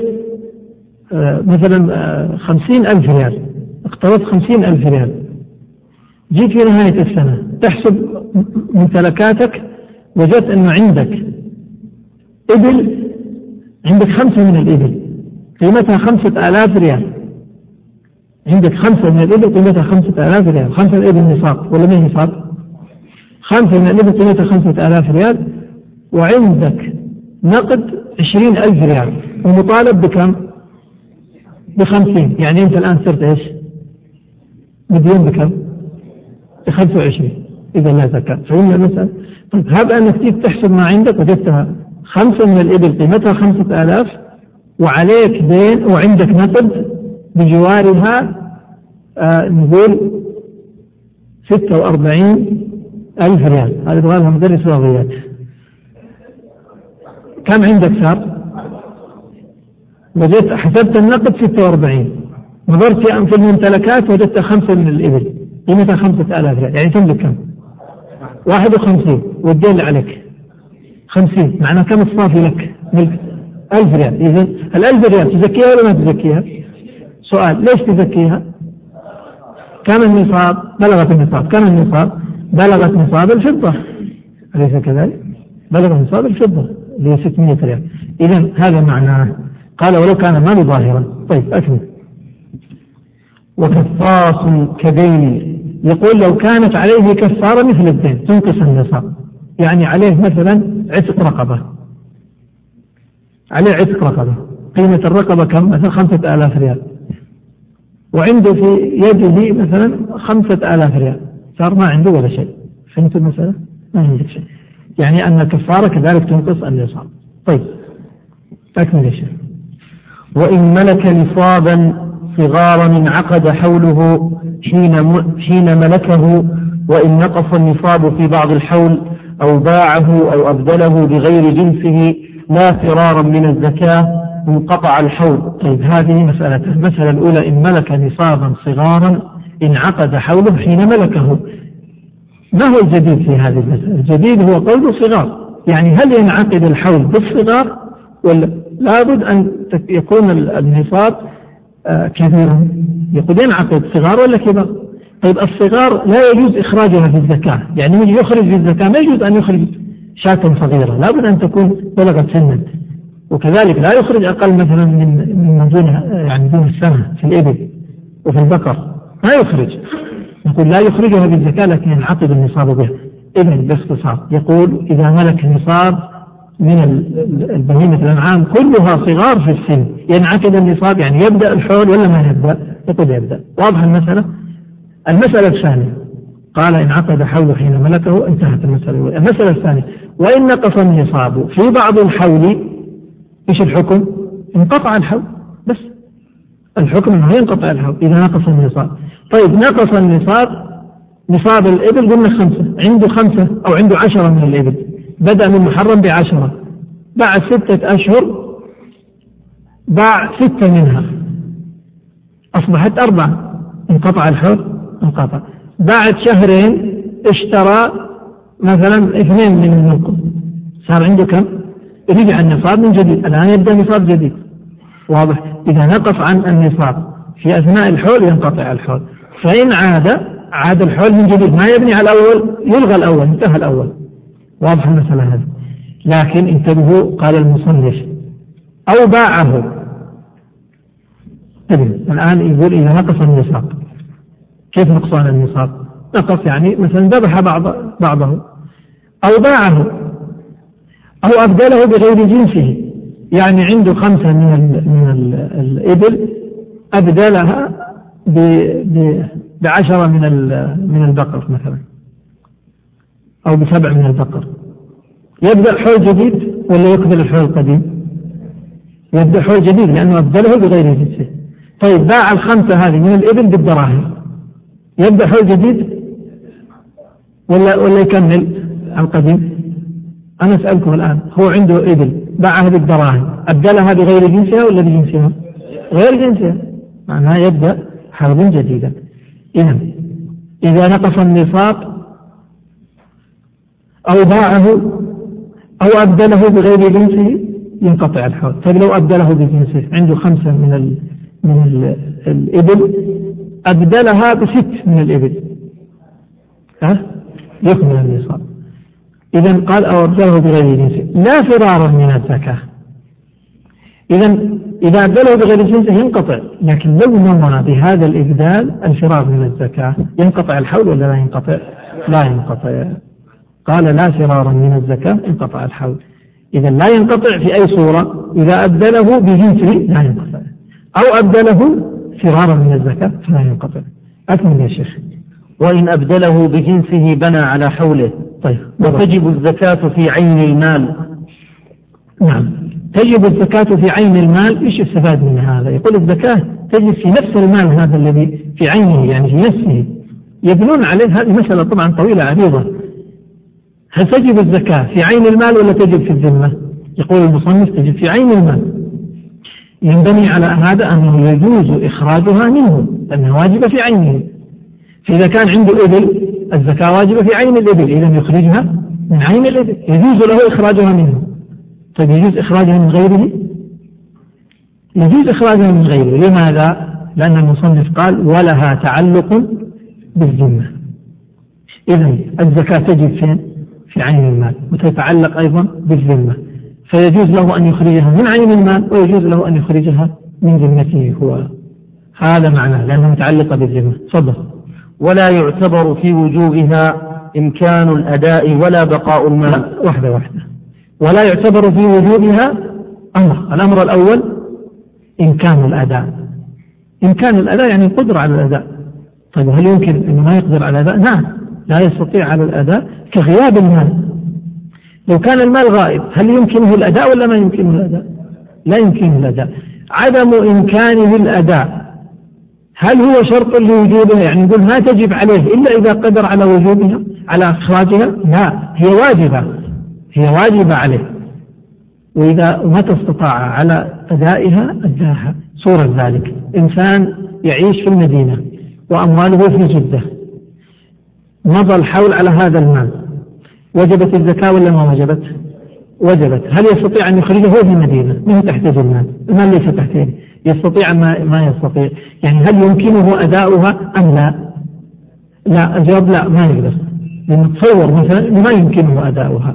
[SPEAKER 1] مثلا 50,000 ريال، اقترضت 50,000 ريال. جيت في نهاية السنة تحسب ممتلكاتك، وجدت أنه عندك إبل، عندك 5 من الإبل قيمتها 5000 ريال. عندك 5 من الإبل قيمتها 5000 ريال. 5 من الإبل نصاب ولا ما نصاب؟ 5 من الإبل قيمتها 5000 ريال، وعندك نقد 20,000 ريال ومطالب بكم؟ ب50. يعني أنت الآن صرت إيش؟ مديون بكم؟ ب25. إذا لا زكاة. فهمنا المسألة؟ طيب هب أنك تيجي تحسب ما عندك وجدتها 5 من الإبل قيمتها 5000 وعليك دين وعندك نقد بجوارها نقول 46,000 ريال، هذا يبغى لها مدرس رياضيات. كم عندك صار؟ وجدت حسبت النقد 46، نظرت في الممتلكات وجدت 5 من الإبل قيمتها 5,000 ريال، يعني تملك كم؟ 51، والدين اللي عليك 50، معناه كم الصافي لك؟ ملك 1000 ريال. إذن 1000 ريال تزكيها ولا ما تزكيها؟ سؤال، ليش تزكيها؟ كم النصاب؟ بلغت النصاب. كم النصاب؟ بلغت نصاب الفضة، أليس كذلك؟ بلغ نصاب الفضة اللي هي 600 ريال. إذن هذا معناه. قال ولو كان المال ظاهرا. طيب أكمل. وكفاص كدين، يقول لو كانت عليه كفارة مثل الدين تنقص النصاب، يعني عليه مثلا عتق رقبة، عليه عتق رقبة، قيمة الرقبة كم؟ مثلا 5,000 ريال، وعنده في يده مثلا 5,000 ريال، صار ما عنده ولا شيء. فهمت المسألة؟ ما عندك شيء، يعني أن الكفارة كذلك تنقص النصاب. طيب أكمل يا شيخ.
[SPEAKER 2] وإن ملك نصابا صغارا انعقد حوله حين ملكه، وإن نقص النصاب في بعض الحول أو باعه أو أبدله بغير جنسه لا فرارا من الزكاة انقطع الحول.
[SPEAKER 1] طيب هذه مسألة. المسألة الأولى إن ملك نصابا صغارا انعقد حوله حين ملكه. ما هو الجديد في هذه المسألة؟ الجديد هو قول صغار، يعني هل ينعقد الحول بالصغار ولا لابد أن يكون النصاب كبيرا؟ يقول ينعقد صغار ولا كبار؟ طيب الصغار لا يجوز إخراجها في الزكاة، يعني من يخرج في الزكاة ما يجوز أن يخرج شاة صغيرة، لابد أن تكون بلغت سنا، وكذلك لا يخرج أقل مثلا من دون يعني دون السنة في الإبل وفي البقر ما يخرج. يقول لا يخرجها بالزكاة لكن ينعقد النصاب بها. إذن باختصار يقول إذا ملك نصاب من البهيمة الأنعام كلها صغار في السن ينعقد النصاب، يعني يبدأ الحول ولا ما يبدأ؟ يقول يبدأ. واضح المسألة؟ المسألة الثانية قال انعقد حوله حين ملكه، انتهت المسألة. المسألة الثانية وإن نقص النصاب في بعض الحول، إيش الحكم؟ انقطع الحول، بس الحكم أنه ينقطع الحول إذا نقص النصاب. طيب نقص النصاب، نصاب الإبل قلنا 5، عنده 5 أو عنده 10 من الإبل، بدأ من محرم ب10، بعد 6 أشهر باع 6 منها أصبحت 4، انقطع الحول؟ انقطع. بعد شهرين اشترى مثلا 2 من النقود، صار عنده كم؟ رجع النصاب من جديد، الآن يبدأ نصاب جديد. واضح؟ إذا نقص عن النصاب في أثناء الحول ينقطع الحول، فإن عاد الحول من جديد، ما يبني على الأول، يلغى الأول، انتهى الأول. واضح المسألة هذه؟ لكن انتبهوا، قال المصنف أو باعه. الآن يقول إذا نقص النصاب، كيف نقصان النصاب؟ نقص يعني مثلا ذبح بعضه أو باعه أو أبدله بغير جنسه، يعني عنده 5 من الإبل أبدلها ب10 من البقر مثلا، أو ب7 من البقر، يبدأ حول جديد ولا يقبل الحول القديم؟ يبدأ حول جديد لأنه أبدله بغير جنسه. طيب باع 5 هذه من الإبل بالدراهم، يبدأ حول جديد ولا يكمل القديم؟ أنا أسألكم الآن، هو عنده إبل باعها بالدراهم، أبدلها بغير جنسها ولا بجنسها؟ غير جنسها، معناها يبدأ حول جديدا. إذا نقص النصاب أو باعه أو أبدله بغير جنسه ينقطع الحول. طيب لو أبدله بجنسه، عنده 5 من الإبل أبدلها ب6 من الإبل، يكمل النصاب. إذن قال أو أبدله بغير جنسه لا فرارا من الزكاة. إذا أبدله بغير جنسه ينقطع، لكن لو نوى بهذا الإبدال الفرار من الزكاة ينقطع الحول ولا لا ينقطع؟ لا ينقطع. قال لا فرارا من الزكاة انقطع الحول. إذا لا ينقطع في أي صورة؟ إذا أبدله بجنسه لا ينقطع، أو أبدله فرارا من الزكاة فلا ينقطع. أكمل يا شيخ.
[SPEAKER 2] وإن أبدله بجنسه بنى على حوله.
[SPEAKER 1] طيب
[SPEAKER 2] وتجب الزكاة في عين المال.
[SPEAKER 1] نعم تجب الزكاة في عين المال. إيش استفاد من هذا؟ يقول الزكاة تجب في نفس المال هذا الذي في عينه يعني في نفسه يبنون عليه. هذه مسألة طبعا طويلة عريضة. هل تجب الزكاة في عين المال ولا تجب في الذمة؟ يقول المصنف تجب في عين المال. ينبني على هذا أنه يجوز إخراجها منه لأنها واجبة في عينه. فإذا كان عنده إبل الزكاة واجبة في عين الإبل، إذا يخرجها من عين الإبل، يجوز له إخراجها منه. طيب يجوز إخراجها من غيره؟ يجوز إخراجها من غيره. لماذا؟ لأن المصنف قال ولها تعلق بالذمة. إذن الزكاة تجب فين؟ في عين المال، وتتعلق أيضا بالذمة، فيجوز له أن يخرجها من عين المال ويجوز له أن يخرجها من ذمته هو. هذا معناه لأنها متعلقة بالذمة. تفضل.
[SPEAKER 2] ولا يعتبر في وجوبها إمكان الأداء ولا بقاء المال.
[SPEAKER 1] واحدة. ولا يعتبر في وجوبها الأمر الأول إمكان الأداء. إمكان الأداء يعني القدرة على الأداء. طيب هل يمكن أنه ما يقدر على الأداء؟ نعم، لا يستطيع على الأداء كغياب المال. لو كان المال غائب هل يمكنه الأداء ولا ما يمكنه الأداء؟ لا يمكنه الأداء. عدم إمكانه الأداء هل هو شرط لوجوبها؟ يعني نقول ما تجب عليه إلا إذا قدر على وجوبها على إخراجها؟ لا، هي واجبة عليه، وإذا متى استطاع على أدائها أداها. صورة ذلك إنسان يعيش في المدينة وأمواله في جدة، مضى الحول على هذا المال، وجبت الزكاة ولا ما وجبت؟ وجبت. هل يستطيع أن يخرجه هو في المدينة؟ ما تحتاج المال ليس تحتاج. يستطيع ما يستطيع؟ يعني هل يمكنه أداؤها أم لا؟ لا، الجواب لا، ما يقدر. نتصور مثلا ما يمكنه أداؤها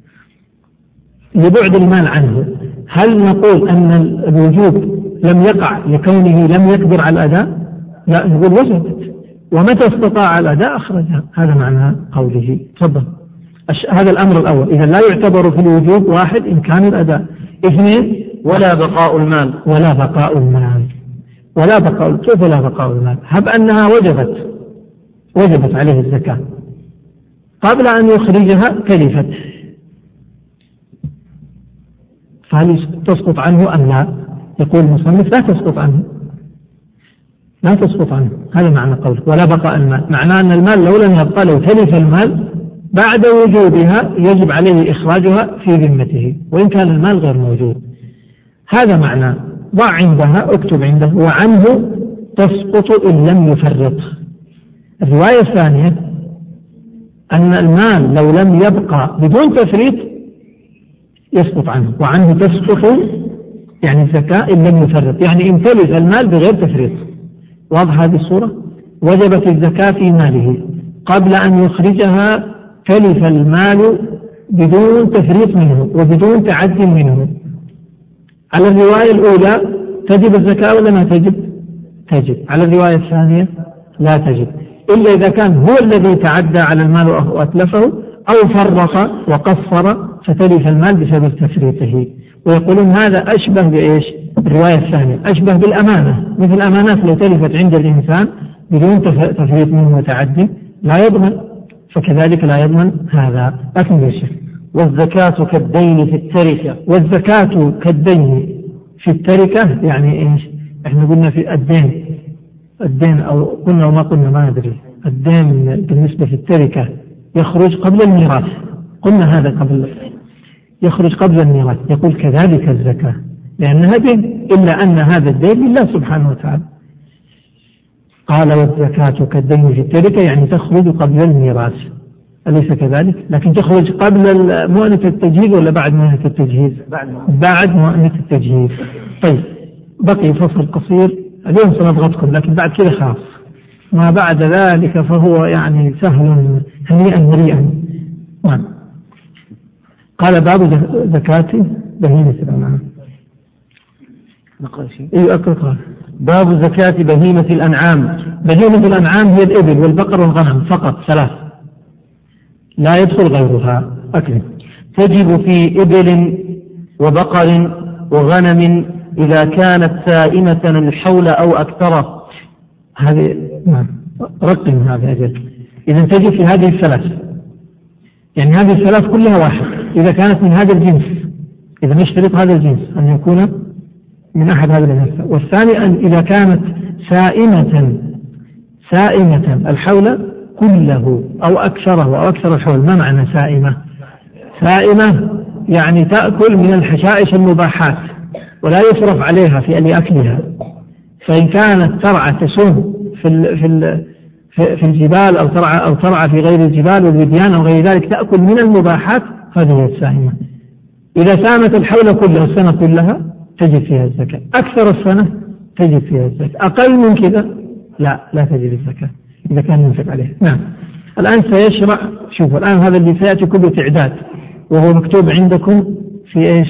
[SPEAKER 1] لبعد المال عنه. هل نقول أن الوجوب لم يقع لكونه لم يقدر على الأداء؟ لا، نقول وجبت، ومتى استطاع الأداء أخرجها. هذا معنى قوله. تفضل. هذا الأمر الأول. إذا لا يعتبر في الوجوب واحد إمكان الأداء. اثنين
[SPEAKER 2] ولا بقاء المال.
[SPEAKER 1] كيف لا بقاء المال؟ هب أنها وجبت عليه الزكاة قبل أن يخرجها تلفت، فهل تسقط عنه أم لا؟ يقول المصنف لا تسقط عنه. هذا معنى قوله ولا بقاء المال. معناه أن المال لو لم يبقى، لو تلف المال بعد وجودها يجب عليه إخراجها في ذمته وإن كان المال غير موجود. هذا معنى. ضع عندها، اكتب عنده وعنه تسقط إن لم يفرط. الرواية الثانية أن المال لو لم يبقى بدون تفريط يسقط عنه، وعنه تسقط يعني الزكاة إن لم يفرط، يعني إن تلف المال بغير تفريط. واضح هذه الصورة؟ وجبت الزكاة في ماله قبل أن يخرجها، تلف المال بدون تفريط منه وبدون تعد منه. على الرواية الأولى تجب الزكاة ولا ما تجب؟ تجب. على الرواية الثانية لا تجب، إلا إذا كان هو الذي تعدى على المال وأتلفه أو فرط وقصر فتلف المال بسبب تفريطه. ويقولون هذا أشبه بإيش؟ الرواية الثانية أشبه بالأمانة، مثل الأمانات لو تلفت عند الإنسان بدون تفريط منه وتعدي لا يضمن، فكذلك لا يضمن هذا. أكمل يا شيخ.
[SPEAKER 2] والزكاة كالدين في التركة.
[SPEAKER 1] والزكاة كالدين في التركة يعني إيش؟ إحنا قلنا في الدين أو قلنا وما قلنا ما ندري. الدين بالنسبة في التركة يخرج قبل الميراث، قلنا هذا قبل، يخرج قبل الميراث. يقول كذلك الزكاة لأنها دين، إلا أن هذا الدين لله سبحانه وتعالى. قال والزكاة كالدين في التركة يعني تخرج قبل الميراث، أليس كذلك؟ لكن تخرج قبل مؤنة التجهيز ولا بعد مؤنة التجهيز؟ بعد مؤنة التجهيز. طيب بقي فصل قصير اليوم سنضغطكم، لكن بعد كذا خلاص ما بعد ذلك فهو يعني سهل هنيئا مريئا. نعم. قال باب زكاة بهيمة الأنعام.
[SPEAKER 2] نقرأ شيء؟
[SPEAKER 1] أقرأ.
[SPEAKER 2] باب زكاة بهيمة الأنعام.
[SPEAKER 1] بهيمة الأنعام هي الإبل والبقر والغنم فقط، ثلاث، لا يدخل غيرها. أكرم.
[SPEAKER 2] تجب في إبل وبقر وغنم إذا كانت سائمة الحول أو أكثره.
[SPEAKER 1] هذه نعم، رقم هذا أجل. إذا تجب في هذه الثلاث، يعني هذه الثلاث كلها واحد إذا كانت من هذا الجنس. إذا نشترط هذا الجنس أن يكون من أحد هذا الجنس. والثاني أن إذا كانت سائمة سائمة الحول كله أو أكثره أو أكثر الحول. ما معنى سائمة؟ سائمة يعني تأكل من الحشائش المباحات ولا يصرف عليها في أكلها. فإن كانت ترعى تسوم في الجبال أو ترعى في غير الجبال والوديان أو غير ذلك تأكل من المباحات، هذه هي السائمة. إذا سامت الحول كله السنة كلها تجد فيها الزكاة، أكثر السنة تجد فيها الزكاة، أقل من كذا لا تجد الزكاة إذا كان ينفق عليها. نعم. الآن سيشرع، شوفوا الآن هذا اللي سيأتي كله تعداد، وهو مكتوب عندكم في إيش؟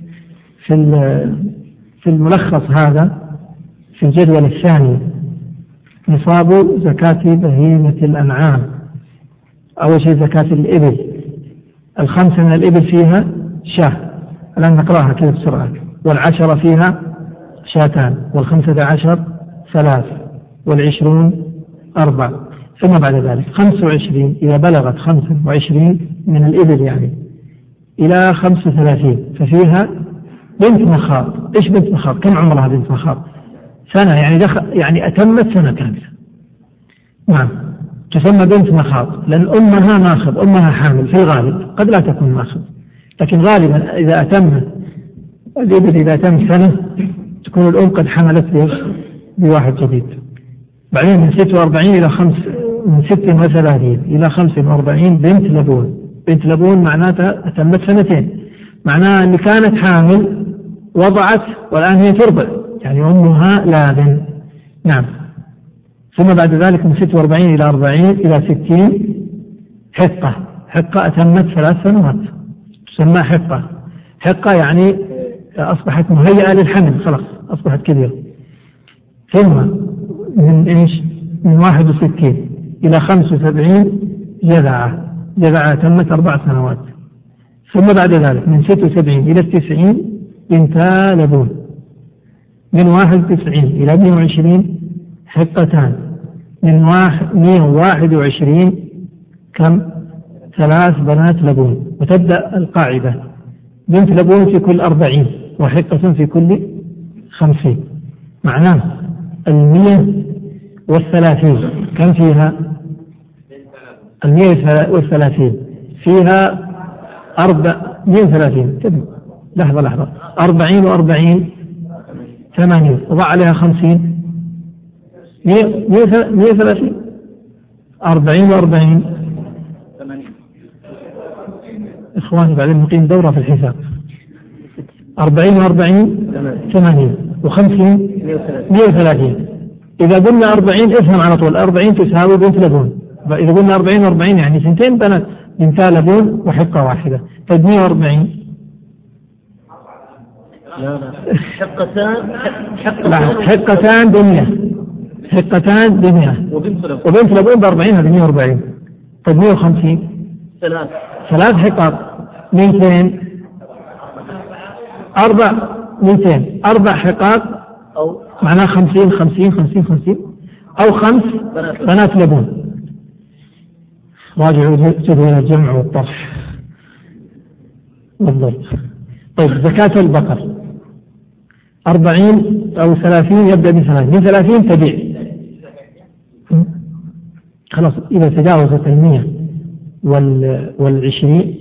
[SPEAKER 1] في الملخص هذا في الجدول الثاني. نصاب زكاة بهيمة الأنعام. أول شيء زكاة الإبل، 5 من الإبل فيها شاة، الآن نقرأها كذا بسرعة. 10 فيها 2، 15 3، 20 4. ثم بعد ذلك 25 إذا بلغت 25 من الإبل يعني إلى 35 ففيها بنت مخاض. إيش بنت مخاض؟ كم عمرها بنت مخاض؟ سنة، يعني أتمت سنة كاملة. نعم، تسمى بنت مخاض لأن أمها ماخذ، أمها حامل في الغالب، قد لا تكون ماخذ، لكن غالبا إذا أتم الإبل إذا أتم سنة تكون الأم قد حملت بواحد جديد. بعدين من 46 إلى من 36 إلى 45 بنت لبون. بنت لبون معناتها أتمت 2 معناها أن كانت حامل وضعت والآن هي ترضع، يعني أمها لابن. نعم. ثم بعد ذلك من 46 إلى 40 إلى 60 حقة. حقة أتمت 3 سنوات تسمى حقة. حقة يعني أصبحت مهيئة للحمل، خلاص أصبحت كبيرة. ثم من إيش؟ من 61 إلى 75 جذعة تمت 4 سنوات. ثم بعد ذلك من 76 إلى 90 بنتا لبون. من 91 إلى 120 حقتان. من 121 كم؟ 3 بنات لبون. وتبدأ القاعدة بنت لبون في كل 40 وحقة في كل 50. معناه 130 كم فيها؟ 130 فيها 130. لحظة 40 و40 80 وضع عليها 50 130 40 و40 80. إخواني بعدين نقيم دورة في الحساب. 40 و40 80 و50 130. إذا قلنا 40 افهم على طول 40 تساوي بنت لبون. إذا قلنا 40 و40 يعني 2 بنات بنتا لبون وحقة واحدة. طيب 140 حقتان ب100 وبنت لبون ب40 هذه 140. طيب 150 3 حقات 200 4 حقات أو معناه 50 أو 5 بنات لبون. راجعوا جدول الجمع والطرح والضرب. طيب زكاة البقر 40 أو 30 يبدأ من 30 تبيع. خلاص إذا تجاوزت 100 والعشرين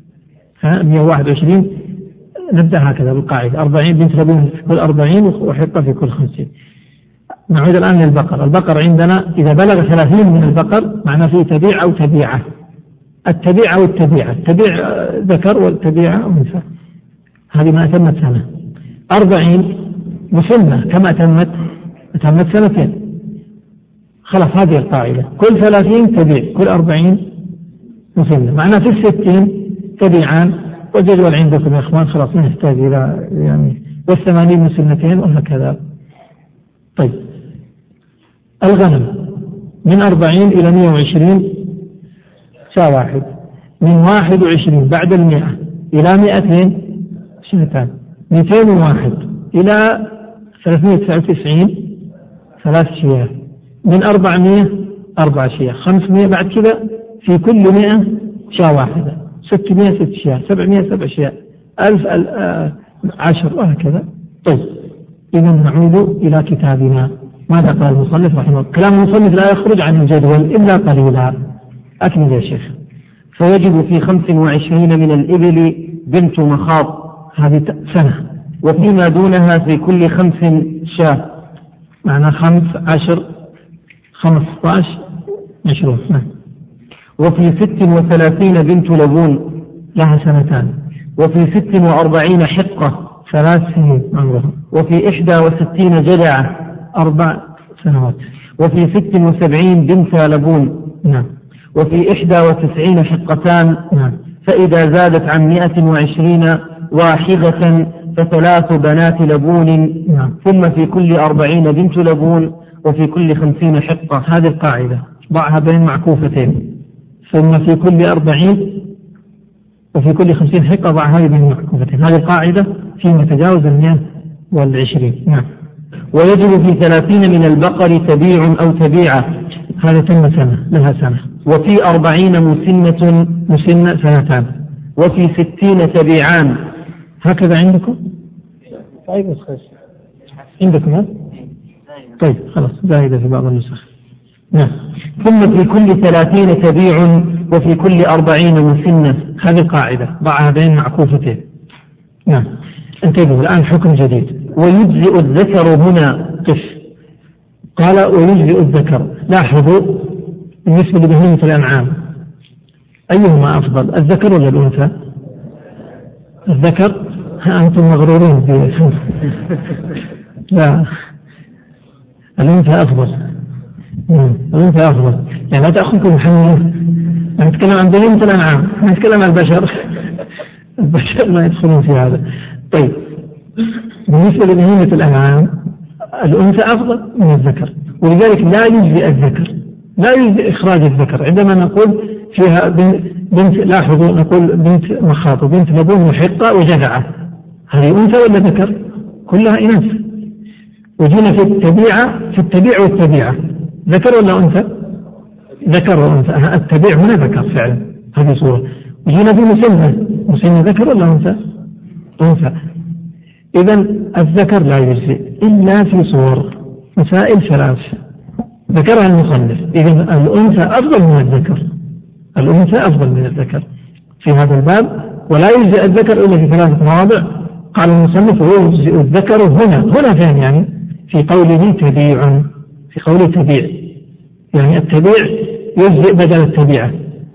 [SPEAKER 1] 121 نبدأ هكذا بالقاعدة 40 بنت لبون في كل 40 وحقة في كل 50. نعود الآن للبقر. البقر عندنا إذا بلغ 30 من البقر معناه فيه تبيع أو تبيعة. التبيعة والتبيعة، التبيع ذكر والتبيعة أنثى، هذه ما أتمت سنة. 40 مسنة كما أتمت 2. خلاص هذه القاعدة كل 30 تبيع كل 40 مسنة، معناه في 60 تبيعان. والجدول عندكم يا إخوان خلاص ما يحتاج إلى يعني 80 مسنتين وهكذا. طيب الغنم من 40 إلى 120 شاة واحد. من 21 بعد 100 إلى 200 شاتان. 201 إلى 399 3 شياه. من 400 4 شياه. 500 بعد كذا في كل 100 شاة واحدة. 600 6 شياه. 700 7 شياه. 1000 10 وهكذا. طيب إذا نعود إلى كتابنا. ماذا قال المصنف رحمه الله؟ كلام المصنف لا يخرج عن الجدول إلا قليلا. أكمل يا شيخ.
[SPEAKER 2] فيجب في 25 من الإبل بنت مخاض،
[SPEAKER 1] هذه سنة،
[SPEAKER 2] وفيما دونها في كل 5 شاة،
[SPEAKER 1] معنى 5 10 15 20.
[SPEAKER 2] وفي 36 بنت لبون
[SPEAKER 1] لها 2
[SPEAKER 2] وفي 46 حقة
[SPEAKER 1] 3 سنين عمرها،
[SPEAKER 2] وفي 61 جدعة
[SPEAKER 1] 4 سنوات،
[SPEAKER 2] وفي 76 بنت لبون،
[SPEAKER 1] نعم،
[SPEAKER 2] وفي 91 حقتان،
[SPEAKER 1] نعم.
[SPEAKER 2] فإذا زادت عن 120 واحدة ف3 بنات لبون،
[SPEAKER 1] نعم.
[SPEAKER 2] ثم في كل 40 بنت لبون، وفي كل 50 حقة.
[SPEAKER 1] هذه القاعدة ضعها بين معكوفتين، ثم في كل 40 وفي كل 50 حقة ضع هذه بين معكوفتين. هذه القاعدة فيما تجاوز 120. نعم.
[SPEAKER 2] ويجب في 30 من البقر تبيع أو تبيعة،
[SPEAKER 1] هذا تم سنة، لها سنة.
[SPEAKER 2] وفي 40
[SPEAKER 1] مسنة 2.
[SPEAKER 2] وفي 60 تبيعان.
[SPEAKER 1] هكذا عندكم؟ طيب عندكم ها؟ طيب خلاص، زائدة في بعض النسخ. نعم.
[SPEAKER 2] ثم في كل 30 تبيع، وفي كل 40 مسنة.
[SPEAKER 1] هذه القاعدة ضعها بين معكوفتين. نعم. انتبهوا الآن حكم جديد.
[SPEAKER 2] ويجزئ الذكر هنا.
[SPEAKER 1] قف. قال ويجزئ الذكر. لاحظوا بالنسبة لبهيمة الأنعام أيهما أفضل، الذكر ولا الأنثى؟ الذكر. أنتم مغرورين به. لا، الأنثى أفضل. الأنثى أفضل، يعني لا تأخذكم محمد. نتكلم عن بهيمة الأنعام، نتكلم عن البشر. البشر ما يدخلون في هذا. طيب بالنسبة لبهيمة الأنعام الأنثى أفضل من الذكر، ولذلك لا يجزئ الذكر، لا يجزئ إخراج الذكر. عندما نقول فيها بنت، لاحظوا نقول بنت مخاض وبنت لبون وحقة وجذعة، هذه أنثى ولا ذكر؟ كلها إناث. وجينا في التبيع والتبيعة، ذكر ولا أنثى؟ ذكر وأنثى. التبيع هنا ذكر فعلا، هذه صورة. وجينا في مسنة ذكر ولا أنثى؟ أنثى. إذن الذكر لا يجزئ إلا في صور، مسائل 3 ذكرها المصنف. إذن الأنثى أفضل من الذكر، الأنثى أفضل من الذكر في هذا الباب. ولا يجزئ الذكر إلا في 3 مواضع. قال المصنف ويجزئ الذكر هنا فين؟ يعني في قوله تبيع، في قوله تبيع يعني التبيع يجزئ بدل التبيعة.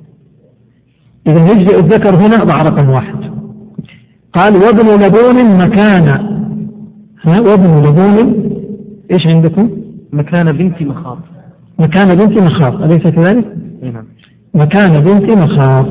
[SPEAKER 1] إذن يجزئ الذكر هنا ضع رقم 1. قال وابن لبون مكان، وابن لبون إيش عندكم؟
[SPEAKER 2] مكان بنت مخاض.
[SPEAKER 1] مكان بنت مخاض، أليس كذلك؟
[SPEAKER 2] نعم.
[SPEAKER 1] مكان بنت مخاض.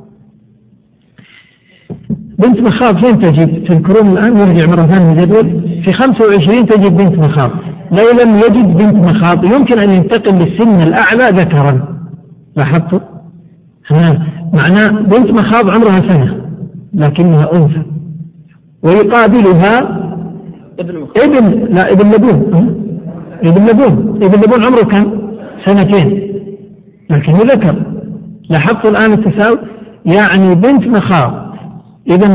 [SPEAKER 1] بنت مخاض فين تجد؟ تذكرون الآن، نرجع مرة ثانية الجدول. في 25 تجد بنت مخاض. لو لم يجد بنت مخاض يمكن أن ينتقل للسن الأعلى ذكرا. لاحظتوا؟ معناه بنت مخاض عمرها 1 لكنها أنثى، ويقابلها ابن لبون عمره كم؟ 2 لكنه ذكر. لاحظتوا الآن التساوي؟ يعني بنت مخاض إذا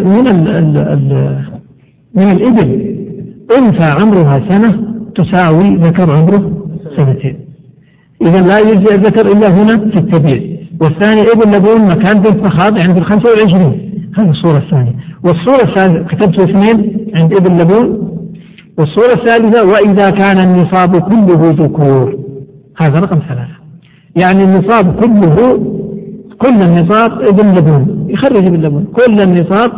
[SPEAKER 1] من الإبل أنثى عمرها 1 تساوي ذكر عمره 2. إذا لا يجزئ الذكر إلا هنا في التبيع. والثاني ابن لبون مكان بنت مخاض عند 25. هذه الصورة الثانية. والصورة الثالثة كتبت 2 عند ابن لبون. والصورة الثالثة وإذا كان النصاب كله ذكور، هذا رقم 3. يعني النصاب كله، كل النصاب ابن لبون، يخرج ابن لبون كل النصاب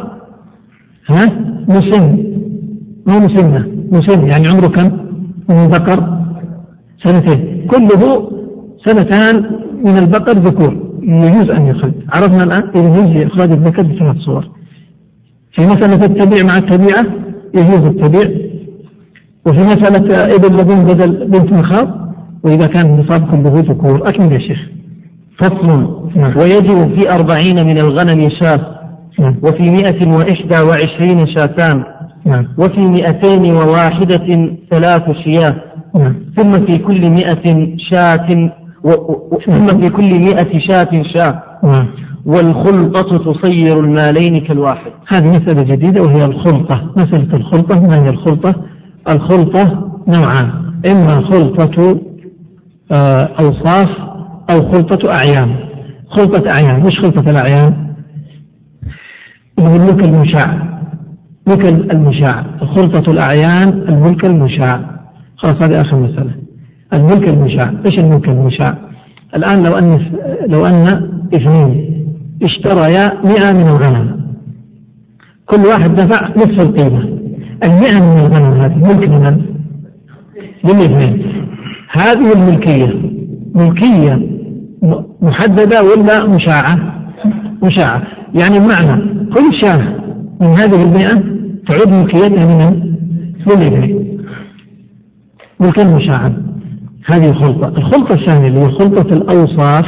[SPEAKER 1] مسن، مو مسن يعني عمره كم؟ من البقر 2 كله 2 من البقر ذكور يجوز أن يخرج. عرفنا الآن إذا يجوز إخراج الذكر ب3 صور. في مسألة التبيع مع التبيعة يجوز التبيع، وفي مسألة ابن لبون بدل بنت مخاض، وإذا كان النصاب كله ذكور. أكمل يا شيخ.
[SPEAKER 2] فصل. ويجب في 40 من الغنم شاة، وفي 121 شاتان، وفي 201 3 شياه، ثم في كل 100 شاة ثم في كل 100 شاة. والخلطة تصير المالين كالواحد.
[SPEAKER 1] هذه مسألة جديدة وهي الخلطة. مسألة الخلطة، ما هي الخلطة؟ الخلطة نوعان، إما خلطة أوصاف أو خلطة أعيان. خلطة أعيان، مش خلطة الأعيان، الملك المشاع، ملك المشاع. خلطة الأعيان الملك المشاع. خلاص هذه آخر مسألة. الملك المشاع، إيش الملك المشاع؟ الآن لو أن اثنين اشتريا 100 من الغنم، كل واحد دفع نصف القيمة. 100 من الغنم هذه ملك من؟ للاثنين. هذه الملكية ملكية محددة ولا مشاعة؟ مشاعة. يعني بمعنى كل شاه من هذه 100 تعود ملكيتها من للاثنين، ملك المشاعة. هذه خلطة. الخلطة الثانية اللي هي خلطة الأوصاف.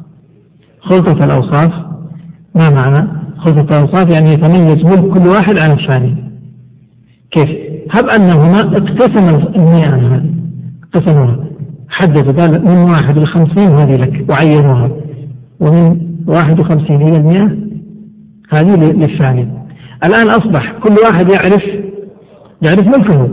[SPEAKER 1] خلطة الأوصاف ما معنى؟ خلطة الأوصاف يعني يتميز ملك كل واحد عن الثاني. كيف؟ هب أنهما اقتسموا 100 هذه، اقتسموها، حددوا قال من 1 إلى 50 هذه لك وعينوها، ومن 51 إلى 100 هذه للثاني. الآن أصبح كل واحد يعرف ملكه،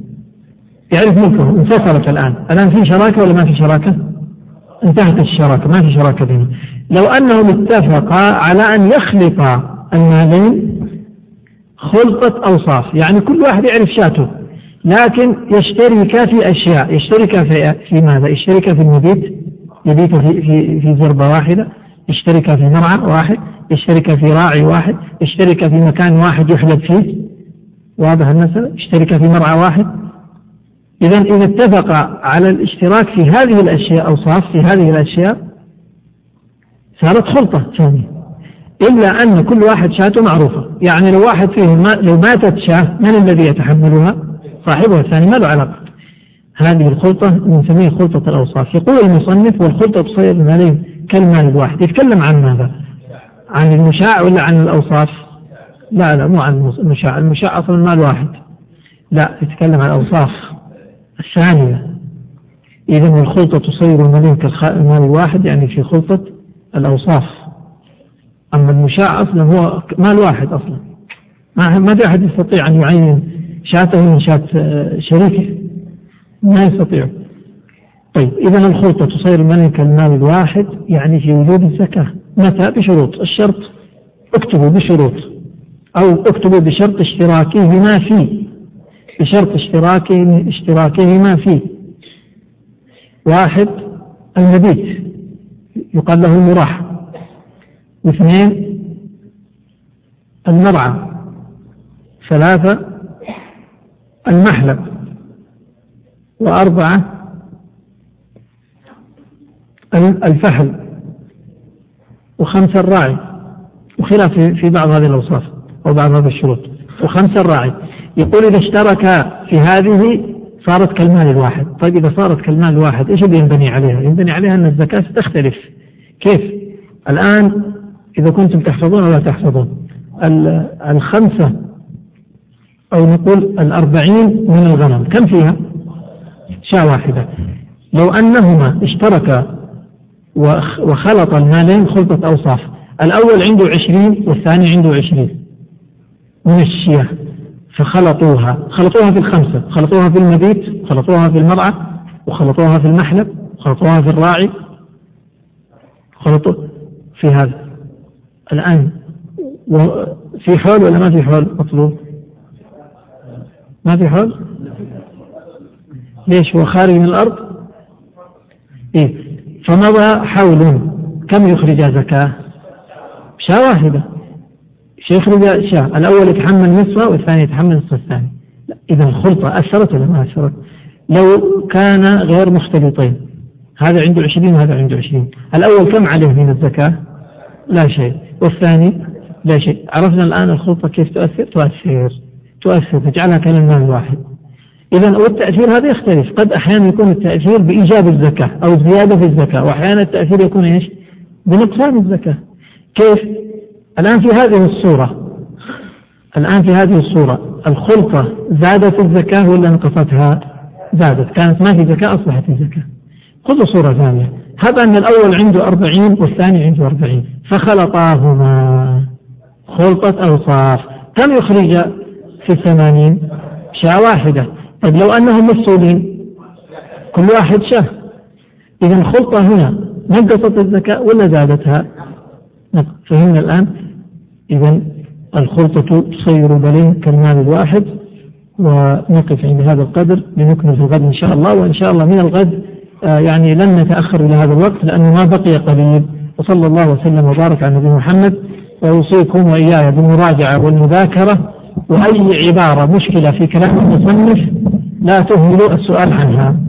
[SPEAKER 1] يعرف ملكه. انفصلت الآن في شراكة ولا ما في شراكة؟ انتهت الشراكة، ما في شراكة بينهم. لو أنهم اتفقا على أن يخلطا المالين خلطة أوصاف، يعني كل واحد يعرف شاته، لكن يشتركا في أشياء. يشتركا في ماذا؟ يشتركا في المبيت، يبيت في زربة واحدة، يشتركا في مرعى واحد، يشتركا في راعي واحد، يشتركا في مكان واحد يحلب فيه، واضح المسألة؟ يشتركا في مرعى واحد. إذا اتفق على الاشتراك في هذه الأشياء، أوصاف في هذه الأشياء، صارت خلطة ثانية. إلا أن كل واحد شاته معروفة، يعني لو واحد فيهم لو ماتت شاه من الذي يتحملها؟ صاحبها الثاني، ما له علاقة. هذه الخلطة نسميها خلطة الأوصاف. يقول المصنف والخلطة تصير المالين كالمال الواحد. يتكلم عن ماذا؟ عن المشاع ولا عن الأوصاف؟ لا مو عن المشاع. المشاع أصلا مال واحد، لا يتكلم عن الأوصاف الثانية. إذن الخلطة تصير المالين كالمال الواحد، يعني في خلطة الأوصاف. أما المشاع أصلا هو مال واحد أصلا، ما في أحد يستطيع أن يعين شاته من شات شريكه، ما يستطيع. طيب إذن الخلطة تصير المالين كالمال الواحد، يعني في وجود الزكاة. متى؟ بشروط. الشرط اكتبوا بشروط، أو اكتبوا بشرط اشتراكهما فيه، بشرط اشتراكهما فيه. 1 المبيت يقال له المراح، 2 المرعى، 3 المحلب، 4 الفحل، 5 الراعي، وخلاف في بعض هذه الأوصاف أو بعض هذه الشروط، 5 الراعي. يقول إذا اشتركا في هذه صارت كالمال الواحد. طيب إذا صارت كالمال الواحد إيش اللي ينبني عليها؟ ينبني عليها أن الزكاة تختلف. كيف؟ الآن إذا كنتم تحفظون ولا تحفظون 5 أو نقول 40 من الغنم كم فيها؟ شاة واحدة. لو أنهما اشتركا وخلط المالين خلطة أوصاف، الأول عنده 20 والثاني عنده 20 من الشياه، فخلطوها في 5، خلطوها في المبيت، خلطوها في المرعى، وخلطوها في المحلب، خلطوها في الراعي، خلطوا في هذا. الآن في حول ولا ما في حول مطلوب؟ ما في حول. ليش؟ هو خارج من الأرض. إيه؟ فمضى حول، كم يخرج زكاة؟ شاة واحدة. يخرج شاة، الأول يتحمل نصفه والثاني يتحمل نصف الثاني. إذا الخلطة أثرت ولا ما أثرت؟ لو كان غير مختلطين، هذا عنده 20 وهذا عنده 20، الأول كم عليه من الزكاة؟ لا شيء، والثاني لا شيء. عرفنا الآن الخلطة كيف تؤثر تجعلها كالمال الواحد. إذا والتأثير هذا يختلف، قد أحيانا يكون التأثير بإيجاب الزكاة أو زيادة في الزكاة، وأحيانا التأثير يكون إيش؟ بنقصان الزكاة. كيف؟ الآن في هذه الصورة الخلطة زادت الزكاة ولا نقصتها؟ زادت. كانت ما في زكاة أصبحت في زكاة. خذوا صورة ثانية. هذا أن الأول عنده 40 والثاني عنده 40، فخلطاهما خلطة أوصاف. كم يخرج في 80؟ شاة واحدة. طيب لو أنهم مفصولين كل واحد شاه، إذا الخلطة هنا نقصت الزكاة ولا زادتها؟ فهمنا الآن. إذا الخلطة تصير بلين كالمال الواحد. ونقف عند هذا القدر لنكمل في الغد إن شاء الله. وإن شاء الله من الغد يعني لن نتأخر إلى هذا الوقت لأنه ما بقي قليل. وصلى الله وسلم وبارك على نبينا محمد. وأوصيكم وإياي بالمراجعة والمذاكرة، وأي عبارة مشكلة في كلام المصنف لا تهملوا السؤال عنها.